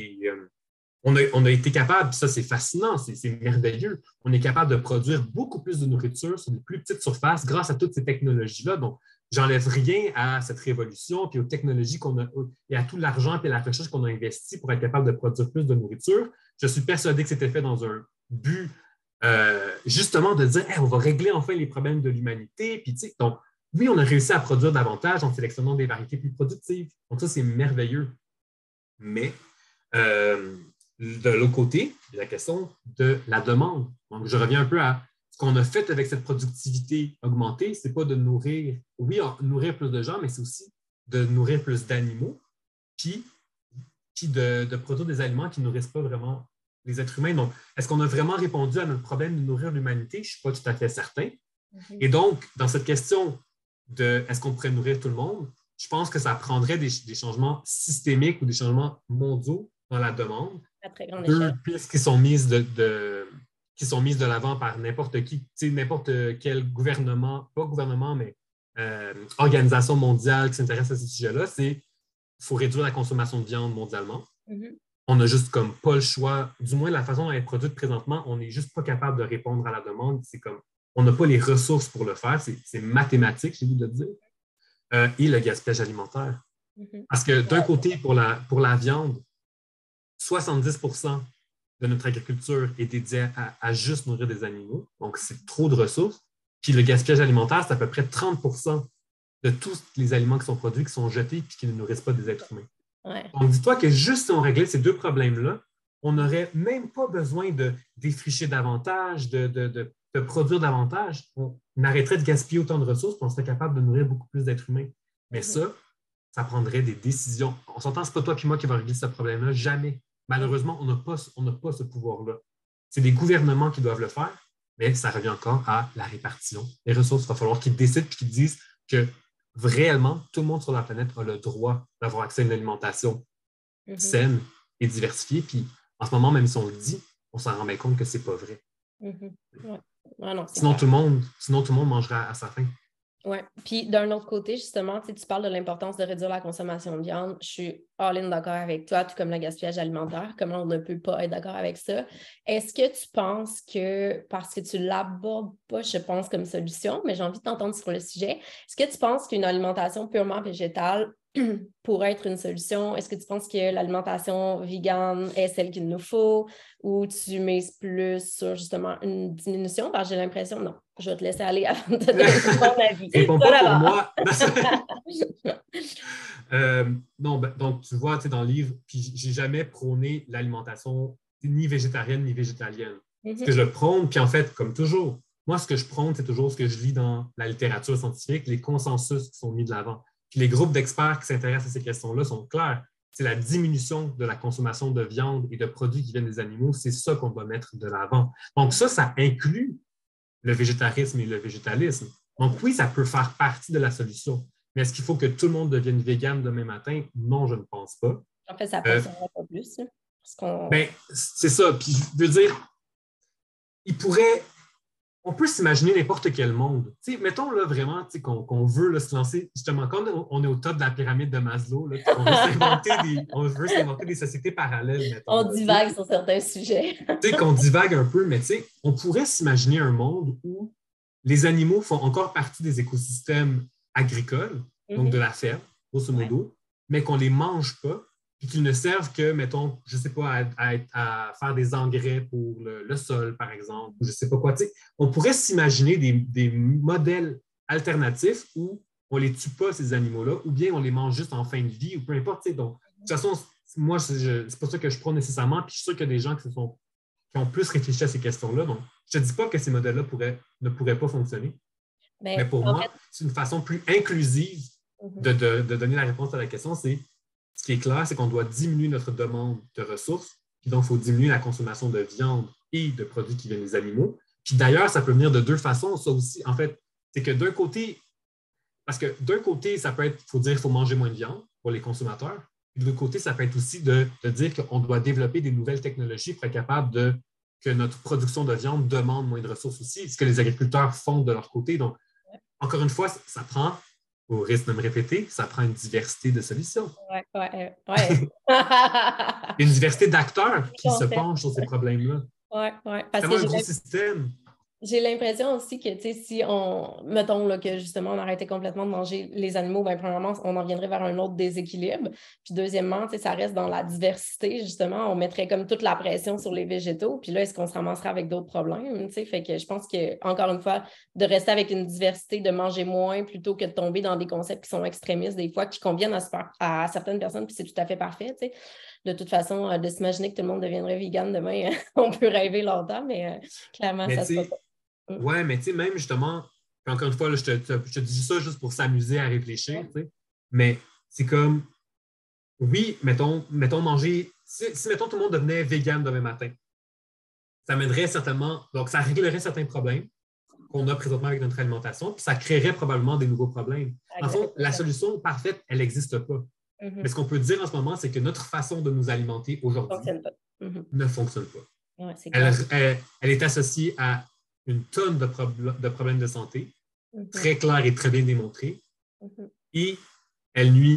a été capable, puis ça c'est fascinant, c'est merveilleux, on est capable de produire beaucoup plus de nourriture sur de plus petites surfaces grâce à toutes ces technologies-là. Donc, j'enlève rien à cette révolution, puis aux technologies qu'on a, et à tout l'argent et à la recherche qu'on a investi pour être capable de produire plus de nourriture. Je suis persuadé que c'était fait dans un but justement de dire hey, on va régler enfin les problèmes de l'humanité. Puis, donc, oui, on a réussi à produire davantage en sélectionnant des variétés plus productives. Donc, ça, c'est merveilleux. Mais de l'autre côté, il y a la question de la demande. Donc, je reviens un peu à ce qu'on a fait avec cette productivité augmentée. Ce n'est pas de nourrir, nourrir plus de gens, mais c'est aussi de nourrir plus d'animaux, puis de produire des aliments qui ne nourrissent pas vraiment les êtres humains. Donc, est-ce qu'on a vraiment répondu à notre problème de nourrir l'humanité? Je ne suis pas tout à fait certain. Et donc, dans cette question de est-ce qu'on pourrait nourrir tout le monde, je pense que ça prendrait des changements systémiques ou des changements mondiaux dans la demande. Deux pistes qui sont mises de l'avant par n'importe qui, n'importe quel gouvernement, pas gouvernement, mais organisation mondiale qui s'intéresse à ce sujet-là, c'est qu'il faut réduire la consommation de viande mondialement. On n'a juste comme pas le choix, du moins la façon dont elle est produite présentement, on n'est juste pas capable de répondre à la demande. C'est comme, on n'a pas les ressources pour le faire, c'est mathématique, j'ai envie de le dire. Et le gaspillage alimentaire. Parce que d'un côté, pour la viande, 70% de notre agriculture est dédiée à juste nourrir des animaux, donc c'est trop de ressources. Puis le gaspillage alimentaire, c'est à peu près 30% de tous les aliments qui sont produits, qui sont jetés et qui ne nourrissent pas des êtres humains. Donc dis-toi que juste si on réglait ces deux problèmes-là, on n'aurait même pas besoin de défricher davantage, de produire davantage. On arrêterait de gaspiller autant de ressources et on serait capable de nourrir beaucoup plus d'êtres humains. Mais ça prendrait des décisions. On s'entend, ce n'est pas toi et moi qui va régler ce problème-là, jamais. Malheureusement, on n'a pas ce pouvoir-là. C'est des gouvernements qui doivent le faire, mais ça revient encore à la répartition des ressources. Il va falloir qu'ils décident et qu'ils disent que réellement, tout le monde sur la planète a le droit d'avoir accès à une alimentation saine et diversifiée. Puis en ce moment, même si on le dit, on s'en rend bien compte que ce n'est pas vrai. Sinon, tout le monde mangerait à sa faim. Oui. Puis d'un autre côté, justement, tu parles de l'importance de réduire la consommation de viande. Je suis all-in d'accord avec toi, tout comme le gaspillage alimentaire. Comment on ne peut pas être d'accord avec ça? Est-ce que tu penses que, parce que tu ne l'abordes pas, je pense, comme solution, mais j'ai envie de t'entendre sur le sujet, est-ce que tu penses qu'une alimentation purement végétale pourrait être une solution? Est-ce que tu penses que l'alimentation végane est celle qu'il nous faut ou tu mises plus sur justement une diminution? Parce que j'ai l'impression, non, je vais te laisser aller avant de te donner mon avis. Réponds pas pour moi. Non, donc tu vois, dans le livre, puis j'ai jamais prôné l'alimentation ni végétarienne ni végétalienne. Mm-hmm. Ce que je prône, puis en fait, comme toujours, moi, ce que je prône, c'est toujours ce que je lis dans la littérature scientifique, les consensus qui sont mis de l'avant. Puis les groupes d'experts qui s'intéressent à ces questions-là sont clairs. C'est la diminution de la consommation de viande et de produits qui viennent des animaux. C'est ça qu'on doit mettre de l'avant. Donc ça inclut le végétarisme et le végétalisme. Donc oui, ça peut faire partie de la solution. Mais est-ce qu'il faut que tout le monde devienne vegan demain matin? Non, je ne pense pas. En fait, ça ne fonctionnerait pas plus. Ben, c'est ça. Puis je veux dire, on peut s'imaginer n'importe quel monde. T'sais, mettons là, vraiment qu'on veut là, se lancer, justement, quand on est au top de la pyramide de Maslow, là, on veut s'inventer des sociétés parallèles. Mettons, on divague sur certains sujets. Qu'on divague un peu, mais on pourrait s'imaginer un monde où les animaux font encore partie des écosystèmes agricoles, donc de la ferme, grosso modo, mais qu'on ne les mange pas, puis qu'ils ne servent que, mettons, je ne sais pas, à faire des engrais pour le sol, par exemple, ou je ne sais pas quoi. On pourrait s'imaginer des modèles alternatifs où on ne les tue pas, ces animaux-là, ou bien on les mange juste en fin de vie, ou peu importe. Donc, de toute façon, moi, c'est pas ça que je prône nécessairement, puis je suis sûr qu'il y a des gens qui ont plus réfléchi à ces questions-là. Donc, je ne te dis pas que ces modèles-là ne pourraient pas fonctionner, mais pour moi, c'est une façon plus inclusive de donner la réponse à la question. Ce qui est clair, c'est qu'on doit diminuer notre demande de ressources, puis donc il faut diminuer la consommation de viande et de produits qui viennent des animaux. Puis d'ailleurs, ça peut venir de deux façons. Ça aussi, en fait, c'est que d'un côté, parce que d'un côté, ça peut être, il faut dire qu'il faut manger moins de viande pour les consommateurs. Puis de l'autre côté, ça peut être aussi de dire qu'on doit développer des nouvelles technologies pour être capable que notre production de viande demande moins de ressources aussi, ce que les agriculteurs font de leur côté. Donc, encore une fois, ça prend, au risque de me répéter, ça prend une diversité de solutions. Ouais. Une diversité d'acteurs qui se penchent sur ces problèmes-là. Ouais. C'est vraiment un gros système. J'ai l'impression aussi que, si mettons là, que justement, on arrêtait complètement de manger les animaux, bien, premièrement, on en viendrait vers un autre déséquilibre. Puis deuxièmement, ça reste dans la diversité, justement. On mettrait comme toute la pression sur les végétaux. Puis là, est-ce qu'on se ramasserait avec d'autres problèmes? Fait que je pense que, encore une fois, de rester avec une diversité, de manger moins plutôt que de tomber dans des concepts qui sont extrémistes, des fois, qui conviennent à certaines personnes, puis c'est tout à fait parfait, t'sais. De toute façon, de s'imaginer que tout le monde deviendrait vegan demain, on peut rêver longtemps, mais clairement, ça se passe pas. Oui, mais même justement, encore une fois, là, je te dis ça juste pour s'amuser à réfléchir, mais c'est comme, oui, mettons manger, si mettons tout le monde devenait vegan demain matin, ça m'aiderait certainement, donc ça réglerait certains problèmes qu'on a présentement avec notre alimentation, puis ça créerait probablement des nouveaux problèmes. En fait, la solution parfaite, elle n'existe pas. Mais ce qu'on peut dire en ce moment, c'est que notre façon de nous alimenter aujourd'hui ne fonctionne pas. Ouais, elle est associée à une tonne de problèmes de santé, très clairs et très bien démontrés, et elle nuit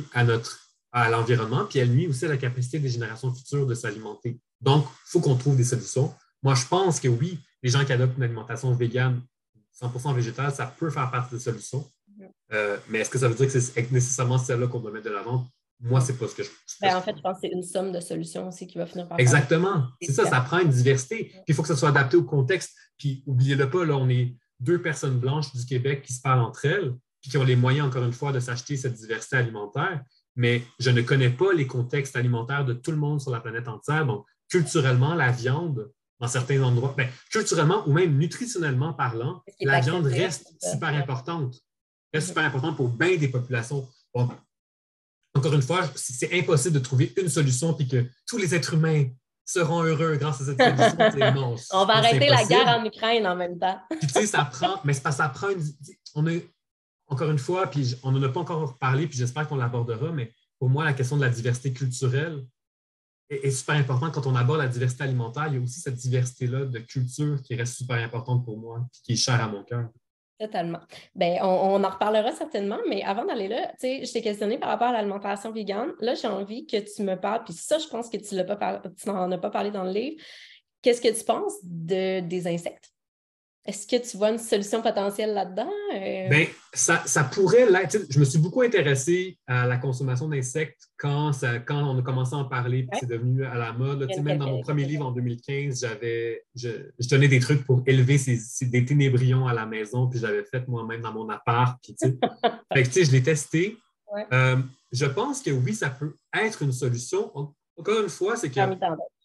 à l'environnement, puis elle nuit aussi à la capacité des générations futures de s'alimenter. Donc, il faut qu'on trouve des solutions. Moi, je pense que oui, les gens qui adoptent une alimentation végane, 100% végétale, ça peut faire partie des solutions. Mais est-ce que ça veut dire que c'est nécessairement celle-là qu'on doit mettre de l'avant? Moi, c'est pas ce que je pense. En fait, je pense que c'est une somme de solutions aussi qui va finir par... Exactement. C'est ça, ça prend une diversité. Puis il faut que ça soit adapté au contexte. Puis, oubliez-le pas, là, on est 2 personnes blanches du Québec qui se parlent entre elles, puis qui ont les moyens, encore une fois, de s'acheter cette diversité alimentaire. Mais je ne connais pas les contextes alimentaires de tout le monde sur la planète entière. Donc, culturellement, la viande, dans certains endroits, culturellement ou même nutritionnellement parlant, la viande reste super importante. Reste super importante pour bien des populations. Bon, encore une fois, c'est impossible de trouver une solution puis que tous les êtres humains seront heureux grâce à cette solution. Non, on va arrêter la guerre en Ukraine en même temps. Puis, ça prend, mais c'est parce que ça prend encore une fois, puis on n'en a pas encore parlé, puis j'espère qu'on l'abordera, mais pour moi, la question de la diversité culturelle est super importante. Quand on aborde la diversité alimentaire, il y a aussi cette diversité-là de culture qui reste super importante pour moi, puis qui est chère à mon cœur. Totalement. Bien, on en reparlera certainement, mais avant d'aller là, tu sais, je t'ai questionné par rapport à l'alimentation végane. Là, j'ai envie que tu me parles, puis ça, je pense que tu n'en as pas parlé dans le livre. Qu'est-ce que tu penses des insectes? Est-ce que tu vois une solution potentielle là-dedans? Bien, ça pourrait l'être. Je me suis beaucoup intéressé à la consommation d'insectes quand on a commencé à en parler, puis c'est devenu à la mode. Même dans mon premier livre en 2015, je donnais des trucs pour élever des ténébrions à la maison, puis j'avais fait moi-même dans mon appart. Puis, fait que, je l'ai testé. Ouais. Je pense que oui, ça peut être une solution. Encore une fois, c'est que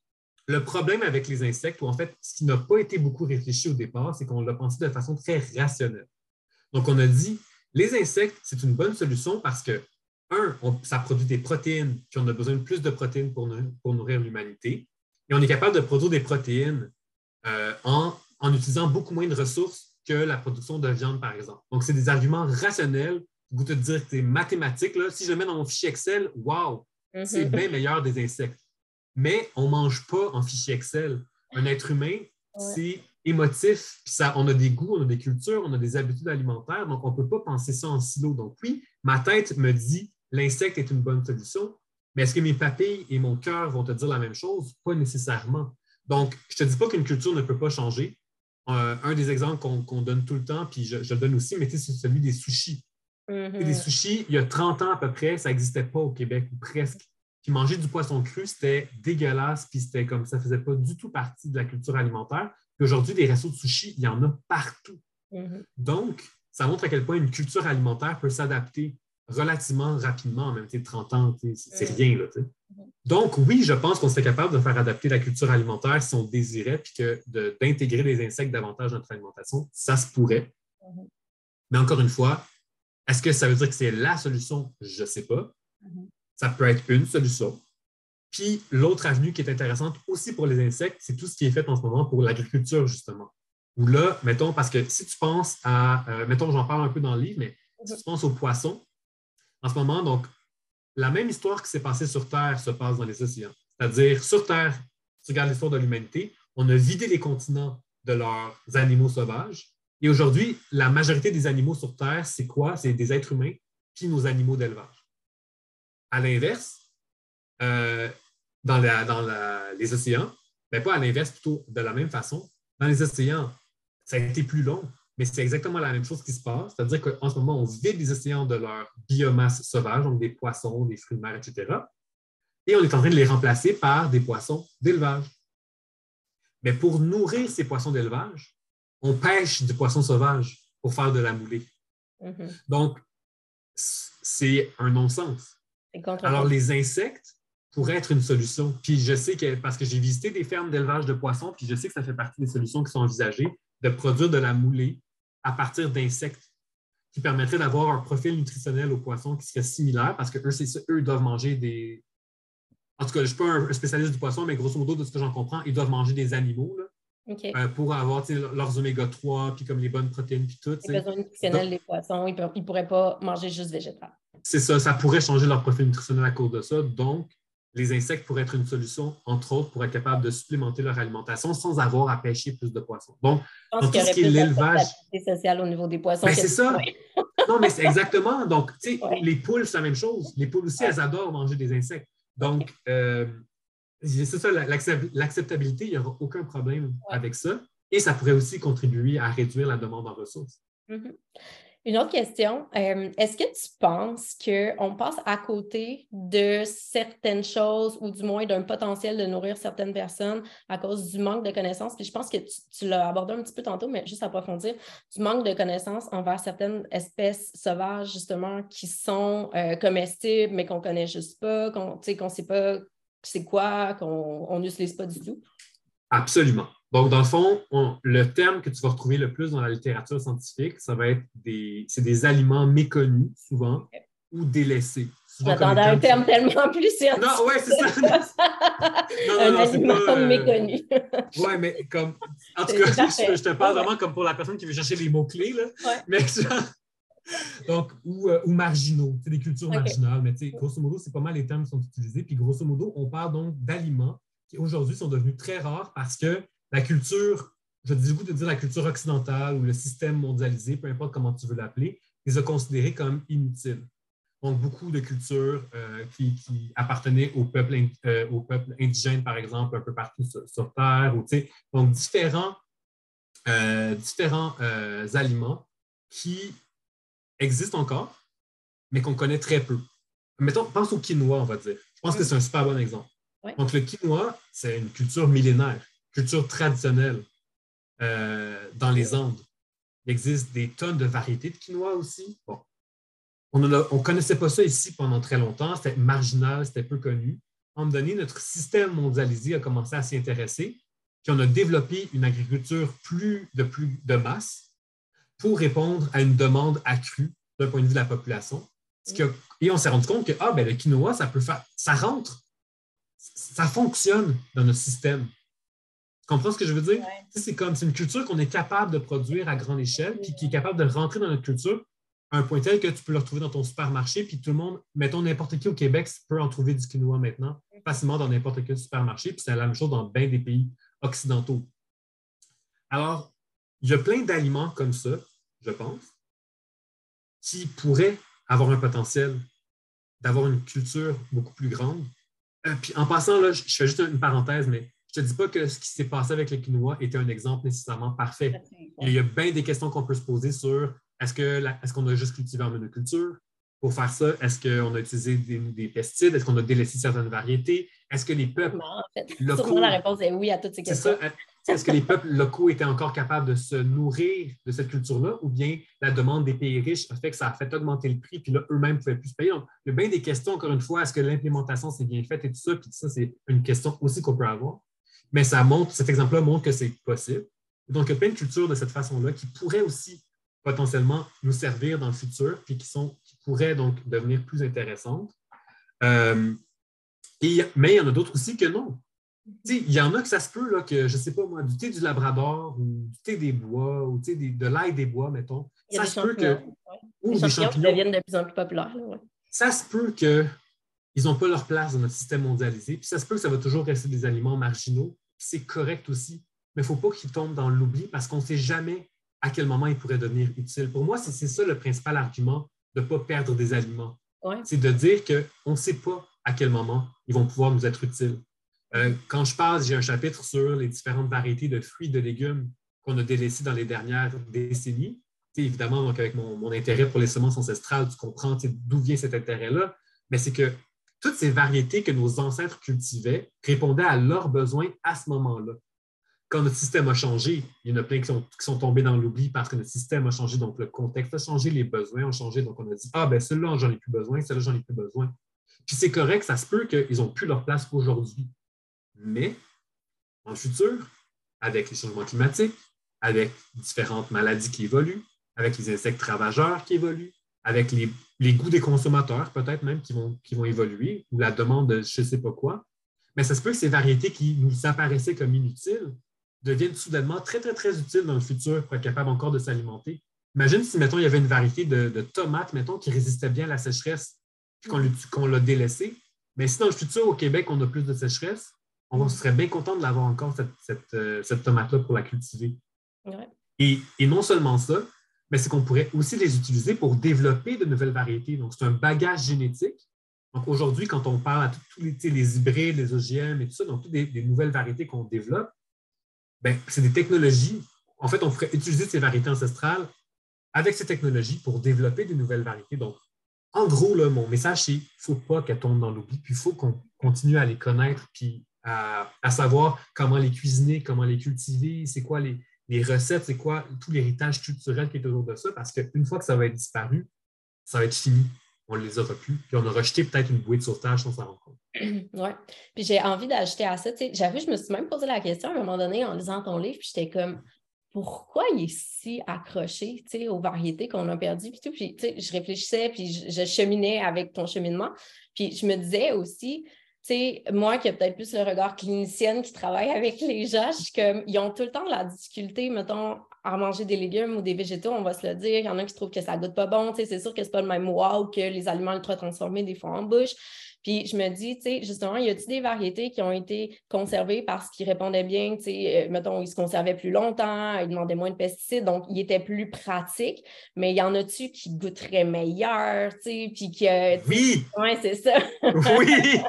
le problème avec les insectes, ou en fait, ce qui n'a pas été beaucoup réfléchi au départ, c'est qu'on l'a pensé de façon très rationnelle. Donc, on a dit, les insectes, c'est une bonne solution parce que, ça produit des protéines, puis on a besoin de plus de protéines pour nourrir l'humanité. Et on est capable de produire des protéines en utilisant beaucoup moins de ressources que la production de viande, par exemple. Donc, c'est des arguments rationnels. Je vais te dire que c'est mathématique. Là. Si je le mets dans mon fichier Excel, wow, c'est bien meilleur des insectes. Mais on ne mange pas en fichier Excel. Un être humain, c'est émotif. Puis on a des goûts, on a des cultures, on a des habitudes alimentaires. Donc, on ne peut pas penser ça en silo. Donc, oui, ma tête me dit l'insecte est une bonne solution. Mais est-ce que mes papilles et mon cœur vont te dire la même chose? Pas nécessairement. Donc, je ne te dis pas qu'une culture ne peut pas changer. Un des exemples qu'on donne tout le temps, puis je le donne aussi, mais c'est celui des sushis. Des sushis, il y a 30 ans à peu près, ça n'existait pas au Québec, ou presque. Puis manger du poisson cru, c'était dégueulasse, puis c'était comme ça ne faisait pas du tout partie de la culture alimentaire. Puis aujourd'hui, des restos de sushis, il y en a partout. Donc, ça montre à quel point une culture alimentaire peut s'adapter relativement rapidement, en même temps, 30 ans, c'est rien. Là, donc, oui, je pense qu'on serait capable de faire adapter la culture alimentaire si on désirait, puis d'intégrer les insectes davantage dans notre alimentation, ça se pourrait. Mais encore une fois, est-ce que ça veut dire que c'est la solution? Je ne sais pas. Ça peut être une solution. Puis, l'autre avenue qui est intéressante aussi pour les insectes, c'est tout ce qui est fait en ce moment pour l'agriculture, justement. Où là, mettons, parce que si tu penses à, mettons, j'en parle un peu dans le livre, mais si tu penses aux poissons, en ce moment, donc, la même histoire qui s'est passée sur Terre se passe dans les océans. C'est-à-dire, sur Terre, si tu regardes l'histoire de l'humanité, on a vidé les continents de leurs animaux sauvages. Et aujourd'hui, la majorité des animaux sur Terre, c'est quoi? C'est des êtres humains puis nos animaux d'élevage. À l'inverse, dans les océans, mais pas à l'inverse, plutôt de la même façon, dans les océans, ça a été plus long, mais c'est exactement la même chose qui se passe. C'est-à-dire qu'en ce moment, on vide les océans de leur biomasse sauvage, donc des poissons, des fruits de mer, etc. Et on est en train de les remplacer par des poissons d'élevage. Mais pour nourrir ces poissons d'élevage, on pêche du poisson sauvage pour faire de la moulée. Donc, c'est un non-sens. Alors, les insectes pourraient être une solution. Puis je sais que, parce que j'ai visité des fermes d'élevage de poissons, puis je sais que ça fait partie des solutions qui sont envisagées, de produire de la moulée à partir d'insectes qui permettraient d'avoir un profil nutritionnel aux poissons qui serait similaire, parce qu'eux, c'est ça, eux doivent manger des... En tout cas, je ne suis pas un spécialiste du poisson, mais grosso modo, de ce que j'en comprends, ils doivent manger des animaux là, pour avoir leurs oméga 3, puis comme les bonnes protéines, puis tout. Les besoins nutritionnels des poissons, ils ne pourraient pas manger juste végétal. C'est ça, ça pourrait changer leur profil nutritionnel à cause de ça. Donc, les insectes pourraient être une solution, entre autres, pour être capable de supplémenter leur alimentation sans avoir à pêcher plus de poissons. Donc, dans tout ce qui est l'élevage... social au niveau des poissons. Ben, c'est ça. Non, mais c'est exactement. Donc, tu sais, les poules, c'est la même chose. Les poules aussi, elles adorent manger des insectes. Donc, c'est ça, l'acceptabilité, il n'y aura aucun problème avec ça. Et ça pourrait aussi contribuer à réduire la demande en ressources. Une autre question, est-ce que tu penses qu'on passe à côté de certaines choses ou du moins d'un potentiel de nourrir certaines personnes à cause du manque de connaissances? Puis je pense que tu l'as abordé un petit peu tantôt, mais juste approfondir, du manque de connaissances envers certaines espèces sauvages, justement, qui sont comestibles, mais qu'on ne connaît juste pas, qu'on ne sait pas c'est quoi, qu'on n'utilise pas du tout? Absolument. Donc, dans le fond, le terme que tu vas retrouver le plus dans la littérature scientifique, ça va être des aliments méconnus, souvent, ou délaissés. J'attendais un terme tellement plus scientifique. Non, ouais, c'est ça. Un aliment méconnu. Oui, mais comme... En tout cas, je te parle vraiment comme pour la personne qui veut chercher les mots-clés, là. Mais donc, ou marginaux, des cultures marginales. Mais grosso modo, c'est pas mal les termes qui sont utilisés. Puis grosso modo, on parle donc d'aliments qui aujourd'hui sont devenus très rares parce que la culture, je dis vous de dire la culture occidentale ou le système mondialisé, peu importe comment tu veux l'appeler, les a considérés comme inutiles. Donc, beaucoup de cultures qui appartenaient aux peuples indigènes, par exemple, un peu partout sur Terre. Donc, différents aliments qui existent encore, mais qu'on connaît très peu. Mettons, pense au quinoa, on va dire. Je pense que c'est un super bon exemple. Donc, le quinoa, c'est une culture millénaire, culture traditionnelle dans les Andes. Il existe des tonnes de variétés de quinoa aussi. Bon. On ne connaissait pas ça ici pendant très longtemps. C'était marginal, c'était peu connu. un moment donné, notre système mondialisé a commencé à s'y intéresser, puis on a développé une agriculture plus de masse pour répondre à une demande accrue d'un point de vue de la population. Et on s'est rendu compte que le quinoa, ça rentre, ça fonctionne dans notre système. Tu comprends ce que je veux dire? Ouais. C'est une culture qu'on est capable de produire à grande échelle, puis qui est capable de rentrer dans notre culture à un point tel que tu peux le retrouver dans ton supermarché, puis tout le monde, mettons n'importe qui au Québec, peut en trouver du quinoa maintenant facilement dans n'importe quel supermarché, puis c'est la même chose dans bien des pays occidentaux. Alors, il y a plein d'aliments comme ça, je pense, qui pourraient avoir un potentiel d'avoir une culture beaucoup plus grande. Puis en passant, là, je fais juste une parenthèse, mais je ne te dis pas que ce qui s'est passé avec le quinoa était un exemple nécessairement parfait. Il y a bien des questions qu'on peut se poser sur est-ce qu'on a juste cultivé en monoculture? Pour faire ça, est-ce qu'on a utilisé des pesticides? Est-ce qu'on a délaissé certaines variétés? Est-ce que les peuples locaux... Sûrement la réponse est oui à toutes ces questions. C'est ça. Est-ce que les peuples locaux étaient encore capables de se nourrir de cette culture-là ou bien la demande des pays riches a fait que ça a fait augmenter le prix puis là, eux-mêmes ne pouvaient plus se payer? Donc, il y a bien des questions, encore une fois, est-ce que l'implémentation s'est bien faite et tout ça? Puis ça, c'est une question aussi qu'on peut avoir. Mais cet exemple-là montre que c'est possible. Donc, il y a plein de cultures de cette façon-là qui pourraient aussi potentiellement nous servir dans le futur puis qui pourraient donc devenir plus intéressantes. Mais il y en a d'autres aussi que non. Il y en a que ça se peut, là, que je ne sais pas moi, du thé du Labrador ou du thé des bois ou de l'ail des bois, mettons. Ça se peut que. Ou des champignons qui deviennent de plus en plus populaires. Là, ouais. Ça se peut qu'ils n'ont pas leur place dans notre système mondialisé. Puis ça se peut que ça va toujours rester des aliments marginaux. C'est correct aussi. Mais il ne faut pas qu'ils tombent dans l'oubli parce qu'on ne sait jamais à quel moment ils pourraient devenir utiles. Pour moi, c'est ça le principal argument de ne pas perdre des aliments. Ouais. C'est de dire qu'on ne sait pas à quel moment ils vont pouvoir nous être utiles. Quand je parle, j'ai un chapitre sur les différentes variétés de fruits et de légumes qu'on a délaissés dans les dernières décennies. Évidemment, donc, avec mon intérêt pour les semences ancestrales, tu comprends d'où vient cet intérêt-là, mais c'est que toutes ces variétés que nos ancêtres cultivaient répondaient à leurs besoins à ce moment-là. Quand notre système a changé, il y en a plein qui sont tombés dans l'oubli parce que notre système a changé, donc le contexte a changé, les besoins ont changé, donc on a dit « Ah, ben celui-là, j'en ai plus besoin, celui-là, j'en ai plus besoin. » Puis c'est correct, ça se peut qu'ils n'ont plus leur place aujourd'hui. Mais, dans le futur, avec les changements climatiques, avec différentes maladies qui évoluent, avec les insectes ravageurs qui évoluent, avec les goûts des consommateurs, peut-être même, qui vont évoluer, ou la demande de je ne sais pas quoi, mais ça se peut que ces variétés qui nous apparaissaient comme inutiles deviennent soudainement très, très, très utiles dans le futur pour être capable encore de s'alimenter. Imagine si, mettons, il y avait une variété de tomates, mettons, qui résistait bien à la sécheresse, puis qu'on l'a délaissée. Mais si dans le futur, au Québec, on a plus de sécheresse, on serait bien content de l'avoir encore, cette tomate-là, pour la cultiver. Ouais. Et non seulement ça, mais c'est qu'on pourrait aussi les utiliser pour développer de nouvelles variétés. Donc, c'est un bagage génétique. Donc, aujourd'hui, quand on parle à tous les hybrides, les OGM et tout ça, donc toutes des nouvelles variétés qu'on développe, bien, c'est des technologies. En fait, on pourrait utiliser ces variétés ancestrales avec ces technologies pour développer de nouvelles variétés. Donc, en gros, là, mon message, c'est qu'il ne faut pas qu'elles tombent dans l'oubli, puis il faut qu'on continue à les connaître, puis à savoir comment les cuisiner, comment les cultiver, c'est quoi les recettes, c'est quoi tout l'héritage culturel qui est autour de ça, parce qu'une fois que ça va être disparu, ça va être fini. On ne les aura plus. Puis on aura jeté peut-être une bouée de sauvetage sans s'en rendre compte. Oui. Puis j'ai envie d'ajouter à ça, j'avoue, je me suis même posé la question à un moment donné en lisant ton livre, puis j'étais comme, pourquoi il est si accroché aux variétés qu'on a perdues? Puis tout, puis je réfléchissais, puis je cheminais avec ton cheminement. Puis je me disais aussi, moi qui ai peut-être plus le regard clinicienne qui travaille avec les gens, je suis comme, ils ont tout le temps de la difficulté, mettons, à manger des légumes ou des végétaux, on va se le dire. Il y en a qui trouvent que ça goûte pas bon. C'est sûr que c'est pas le même wow que les aliments ultra transformés des fois en bouche. Puis je me dis, justement, y a-t-il des variétés qui ont été conservées parce qu'ils répondaient bien, mettons, ils se conservaient plus longtemps, ils demandaient moins de pesticides, donc ils étaient plus pratiques, mais y en a-tu qui goûteraient meilleur, puis que... Oui! Oui, c'est ça. Oui!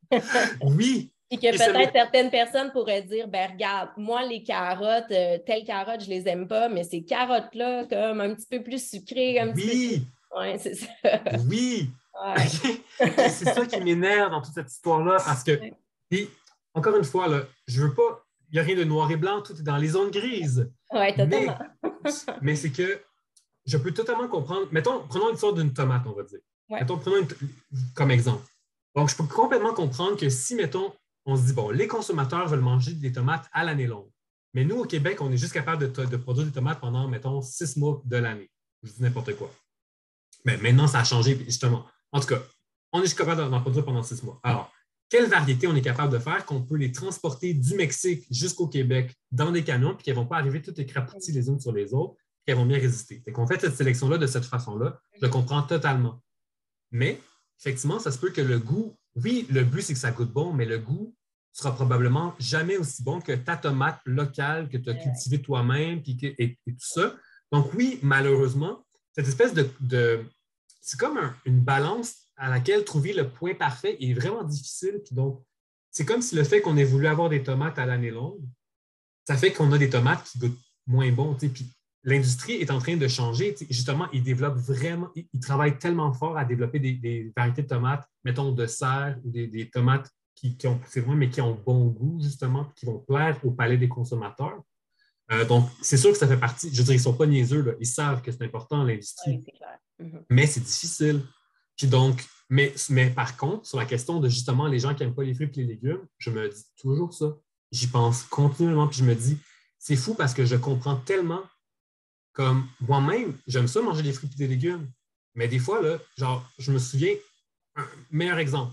Oui! Et que peut-être certaines personnes pourraient dire, ben regarde, moi, les carottes, telles carottes, je les aime pas, mais ces carottes-là, comme un petit peu plus sucrées, un petit peu... Oui, c'est ça. Oui! Ouais. C'est ça qui m'énerve dans toute cette histoire-là, parce que, et, encore une fois, là, je veux pas, il n'y a rien de noir et blanc, tout est dans les zones grises. Oui, totalement. Mais c'est que je peux totalement comprendre. Mettons, prenons l'histoire d'une tomate, on va dire. Ouais. Mettons, comme exemple. Donc, je peux complètement comprendre que si, mettons, on se dit, bon, les consommateurs veulent manger des tomates à l'année longue. Mais nous, au Québec, on est juste capable de produire des tomates pendant, mettons, 6 mois de l'année. Je dis n'importe quoi. Mais maintenant, ça a changé, justement. En tout cas, on est juste capable d'en produire pendant 6 mois. Alors, quelle variété on est capable de faire qu'on peut les transporter du Mexique jusqu'au Québec dans des camions, puis qu'elles ne vont pas arriver toutes écrapouties les unes sur les autres, puis qu'elles vont bien résister. Fait qu'on fait cette sélection-là de cette façon-là. Je le comprends totalement. Mais, effectivement, ça se peut que le goût, oui, le but, c'est que ça goûte bon, mais le goût sera probablement jamais aussi bon que ta tomate locale que tu as cultivée toi-même et tout ça. Donc, oui, malheureusement, cette espèce c'est comme une balance à laquelle trouver le point parfait est vraiment difficile. Puis donc, c'est comme si le fait qu'on ait voulu avoir des tomates à l'année longue, ça fait qu'on a des tomates qui goûtent moins bon. Puis l'industrie est en train de changer. Justement, ils développent vraiment, ils travaillent tellement fort à développer des variétés de tomates, mettons de serre ou des tomates qui ont poussé loin, mais qui ont bon goût, justement, puis qui vont plaire au palais des consommateurs. Donc, c'est sûr que ça fait partie. Je veux dire, ils ne sont pas niaiseux, là. Ils savent que c'est important, l'industrie. Oui, c'est clair. Mais c'est difficile. Puis donc, mais par contre, sur la question de justement les gens qui n'aiment pas les fruits et les légumes, je me dis toujours ça. J'y pense continuellement, puis je me dis, c'est fou parce que je comprends tellement comme moi-même, j'aime ça manger des fruits et des légumes. Mais des fois, là, genre, je me souviens, un meilleur exemple,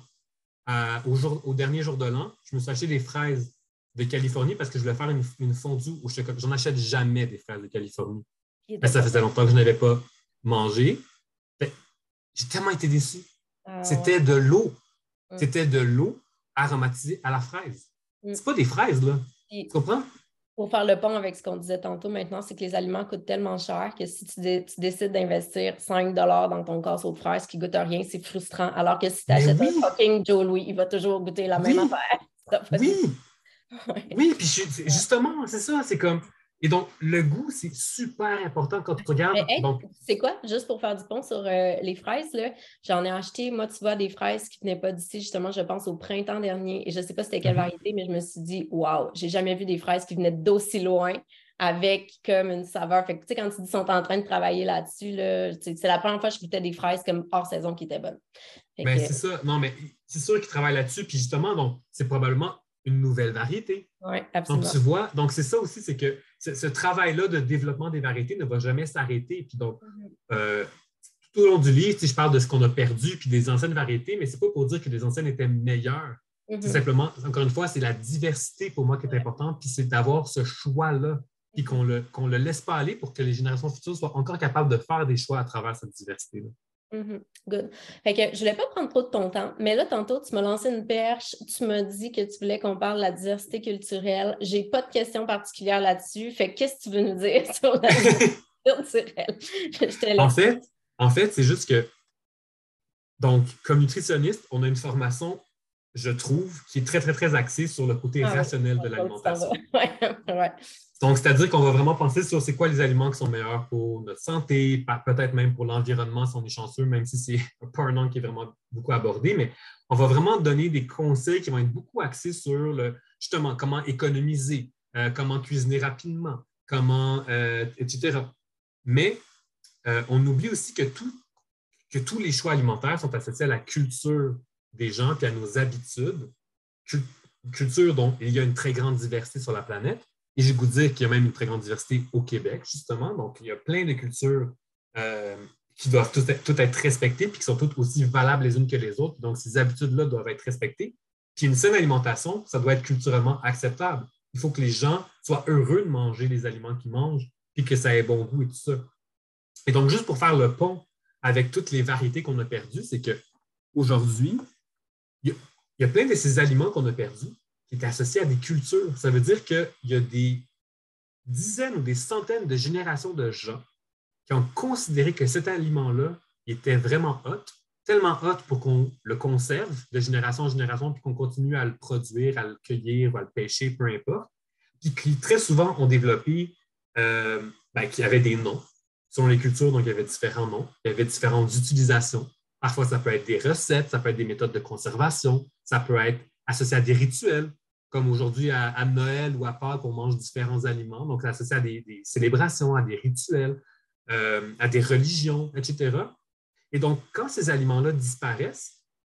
au dernier jour de l'an, je me suis acheté des fraises de Californie parce que je voulais faire une fondue au chocolat. J'en achète jamais des fraises de Californie. Mais ça faisait longtemps que je n'avais pas mangé. J'ai tellement été déçu. C'était de l'eau. C'était de l'eau aromatisée à la fraise. C'est pas des fraises, là. Tu comprends? Pour faire le pont avec ce qu'on disait tantôt maintenant, c'est que les aliments coûtent tellement cher que si tu décides d'investir 5 $ dans ton casseau de fraises qui ne goûte rien, c'est frustrant. Alors que si tu achètes un fucking Joe Louis, il va toujours goûter la même affaire. Oui! Oui, puis justement, c'est ça, c'est comme... Et donc, le goût, c'est super important quand tu regardes. C'est quoi? Juste pour faire du pont sur les fraises, là, j'en ai acheté, moi, tu vois, des fraises qui ne venaient pas d'ici, justement, je pense au printemps dernier, et je ne sais pas c'était quelle variété, mais je me suis dit, waouh, j'ai jamais vu des fraises qui venaient d'aussi loin avec comme une saveur. Fait que, tu sais, quand ils sont en train de travailler là-dessus, là, c'est la première fois que je goûtais des fraises comme hors saison qui étaient bonnes. Ben, c'est ça. Non, mais c'est sûr qu'ils travaillent là-dessus, puis justement, donc, c'est probablement une nouvelle variété. Oui, absolument. Donc, tu vois, donc c'est ça aussi, c'est que ce travail-là de développement des variétés ne va jamais s'arrêter. Puis donc, tout au long du livre, je parle de ce qu'on a perdu puis des anciennes variétés, mais ce n'est pas pour dire que les anciennes étaient meilleures. C'est simplement, encore une fois, c'est la diversité pour moi qui est importante, puis c'est d'avoir ce choix-là, puis qu'on le laisse pas aller pour que les générations futures soient encore capables de faire des choix à travers cette diversité-là. Good. Fait que je ne voulais pas prendre trop de ton temps, mais là, tantôt, tu m'as lancé une perche. Tu m'as dit que tu voulais qu'on parle de la diversité culturelle. Je n'ai pas de questions particulières là-dessus. Fait que qu'est-ce que tu veux nous dire sur la diversité culturelle? En fait, c'est juste que, donc, comme nutritionniste, on a une formation, je trouve, qui est très, très, très axée sur le côté rationnel de l'alimentation. Ouais. Donc, c'est-à-dire qu'on va vraiment penser sur c'est quoi les aliments qui sont meilleurs pour notre santé, peut-être même pour l'environnement si on est chanceux, même si c'est pas un angle qui est vraiment beaucoup abordé, mais on va vraiment donner des conseils qui vont être beaucoup axés sur justement comment économiser, comment cuisiner rapidement, etc. Mais on oublie aussi que tous les choix alimentaires sont associés à la culture des gens et à nos habitudes. Culture dont il y a une très grande diversité sur la planète. Et j'ai goût de dire qu'il y a même une très grande diversité au Québec, justement. Donc, il y a plein de cultures qui doivent toutes être respectées puis qui sont toutes aussi valables les unes que les autres. Donc, ces habitudes-là doivent être respectées. Puis une saine alimentation, ça doit être culturellement acceptable. Il faut que les gens soient heureux de manger les aliments qu'ils mangent puis que ça ait bon goût et tout ça. Et donc, juste pour faire le pont avec toutes les variétés qu'on a perdues, c'est qu'aujourd'hui, il y a plein de ces aliments qu'on a perdus qui est associé à des cultures. Ça veut dire qu'il y a des dizaines ou des centaines de générations de gens qui ont considéré que cet aliment-là était vraiment hot, tellement hot pour qu'on le conserve de génération en génération, puis qu'on continue à le produire, à le cueillir ou à le pêcher, peu importe, puis qui très souvent ont développé, qui avaient des noms. Selon les cultures, donc il y avait différents noms, il y avait différentes utilisations. Parfois, ça peut être des recettes, ça peut être des méthodes de conservation, ça peut être associé à des rituels, comme aujourd'hui à Noël ou à Pâques, on mange différents aliments. Donc, c'est associé à des célébrations, à des rituels, à des religions, etc. Et donc, quand ces aliments-là disparaissent,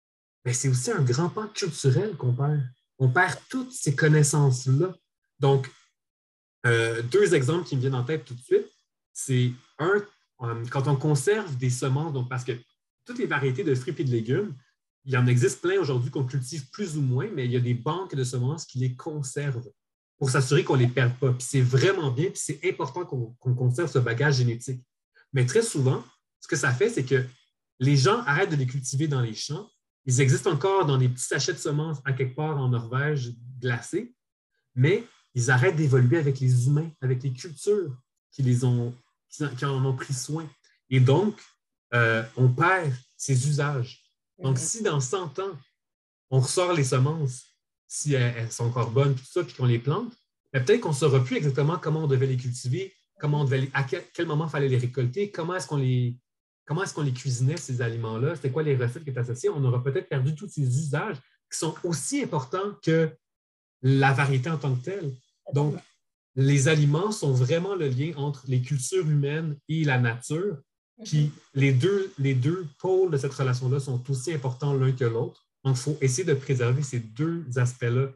ben, c'est aussi un grand pan culturel qu'on perd. On perd toutes ces connaissances-là. Donc, deux exemples qui me viennent en tête tout de suite, c'est quand on conserve des semences, donc parce que toutes les variétés de fruits et de légumes, il y en existe plein aujourd'hui qu'on cultive plus ou moins, mais il y a des banques de semences qui les conservent pour s'assurer qu'on ne les perd pas. Puis c'est vraiment bien, puis c'est important qu'on conserve ce bagage génétique. Mais très souvent, ce que ça fait, c'est que les gens arrêtent de les cultiver dans les champs. Ils existent encore dans des petits sachets de semences à quelque part en Norvège glacés, mais ils arrêtent d'évoluer avec les humains, avec les cultures qui en ont pris soin. Et donc, on perd ces usages. Donc, si dans 100 ans, on ressort les semences, si elles sont encore bonnes, tout ça, puis qu'on les plante, peut-être qu'on ne saura plus exactement comment on devait les cultiver, à quel moment il fallait les récolter, comment est-ce qu'on les cuisinait, ces aliments-là, c'était quoi les recettes qui étaient associées. On aura peut-être perdu tous ces usages qui sont aussi importants que la variété en tant que telle. Donc, les aliments sont vraiment le lien entre les cultures humaines et la nature. Puis les deux pôles de cette relation-là sont aussi importants l'un que l'autre. Donc, il faut essayer de préserver ces deux aspects-là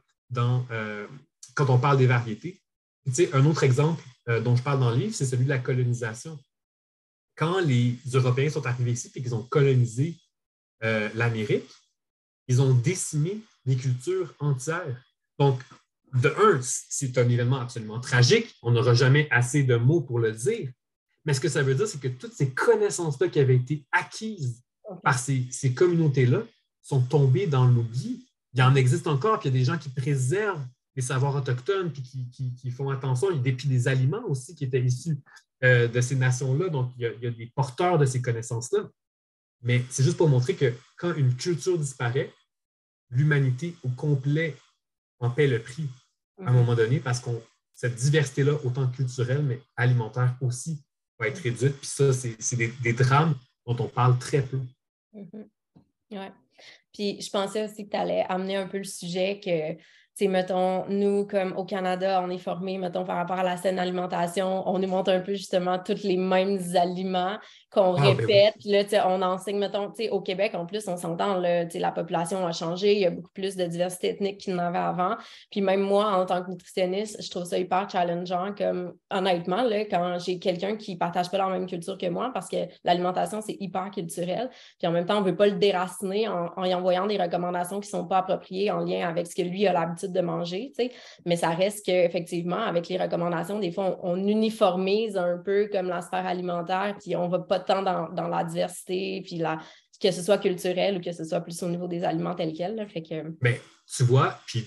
quand on parle des variétés. Puis, tu sais, un autre exemple dont je parle dans le livre, c'est celui de la colonisation. Quand les Européens sont arrivés ici et qu'ils ont colonisé l'Amérique, ils ont décimé des cultures entières. Donc, de un, c'est un événement absolument tragique. On n'aura jamais assez de mots pour le dire. Mais ce que ça veut dire, c'est que toutes ces connaissances-là qui avaient été acquises par ces communautés-là sont tombées dans l'oubli. Il en existe encore, puis il y a des gens qui préservent les savoirs autochtones, puis qui font attention. Il y a des aliments aussi qui étaient issus de ces nations-là. Donc, il y a des porteurs de ces connaissances-là. Mais c'est juste pour montrer que quand une culture disparaît, l'humanité au complet en paie le prix à un moment donné, parce que cette diversité-là, autant culturelle, mais alimentaire aussi, va être réduite. Puis ça, c'est des drames dont on parle très peu. Ouais. Puis je pensais aussi que tu allais amener un peu le sujet que, tu sais, mettons, nous, comme au Canada, on est formés, mettons, par rapport à la saine alimentation, on nous montre un peu justement tous les mêmes aliments qu'on répète. Puis là, tu sais, on enseigne, mettons, tu sais, au Québec, en plus, on s'entend, là, tu sais, la population a changé, il y a beaucoup plus de diversité ethnique qu'il n'y en avait avant. Puis même moi, en tant que nutritionniste, je trouve ça hyper challengeant, comme, honnêtement, là, quand j'ai quelqu'un qui ne partage pas la même culture que moi, parce que l'alimentation, c'est hyper culturel. Puis en même temps, on ne veut pas le déraciner en y envoyant des recommandations qui ne sont pas appropriées en lien avec ce que lui a l'habitude de manger, tu sais. Mais ça reste qu'effectivement, avec les recommandations, des fois, on uniformise un peu comme la sphère alimentaire, puis on ne va pas tant dans la diversité, puis que ce soit culturel ou que ce soit plus au niveau des aliments tels quels. Là, fait que... Mais tu vois, puis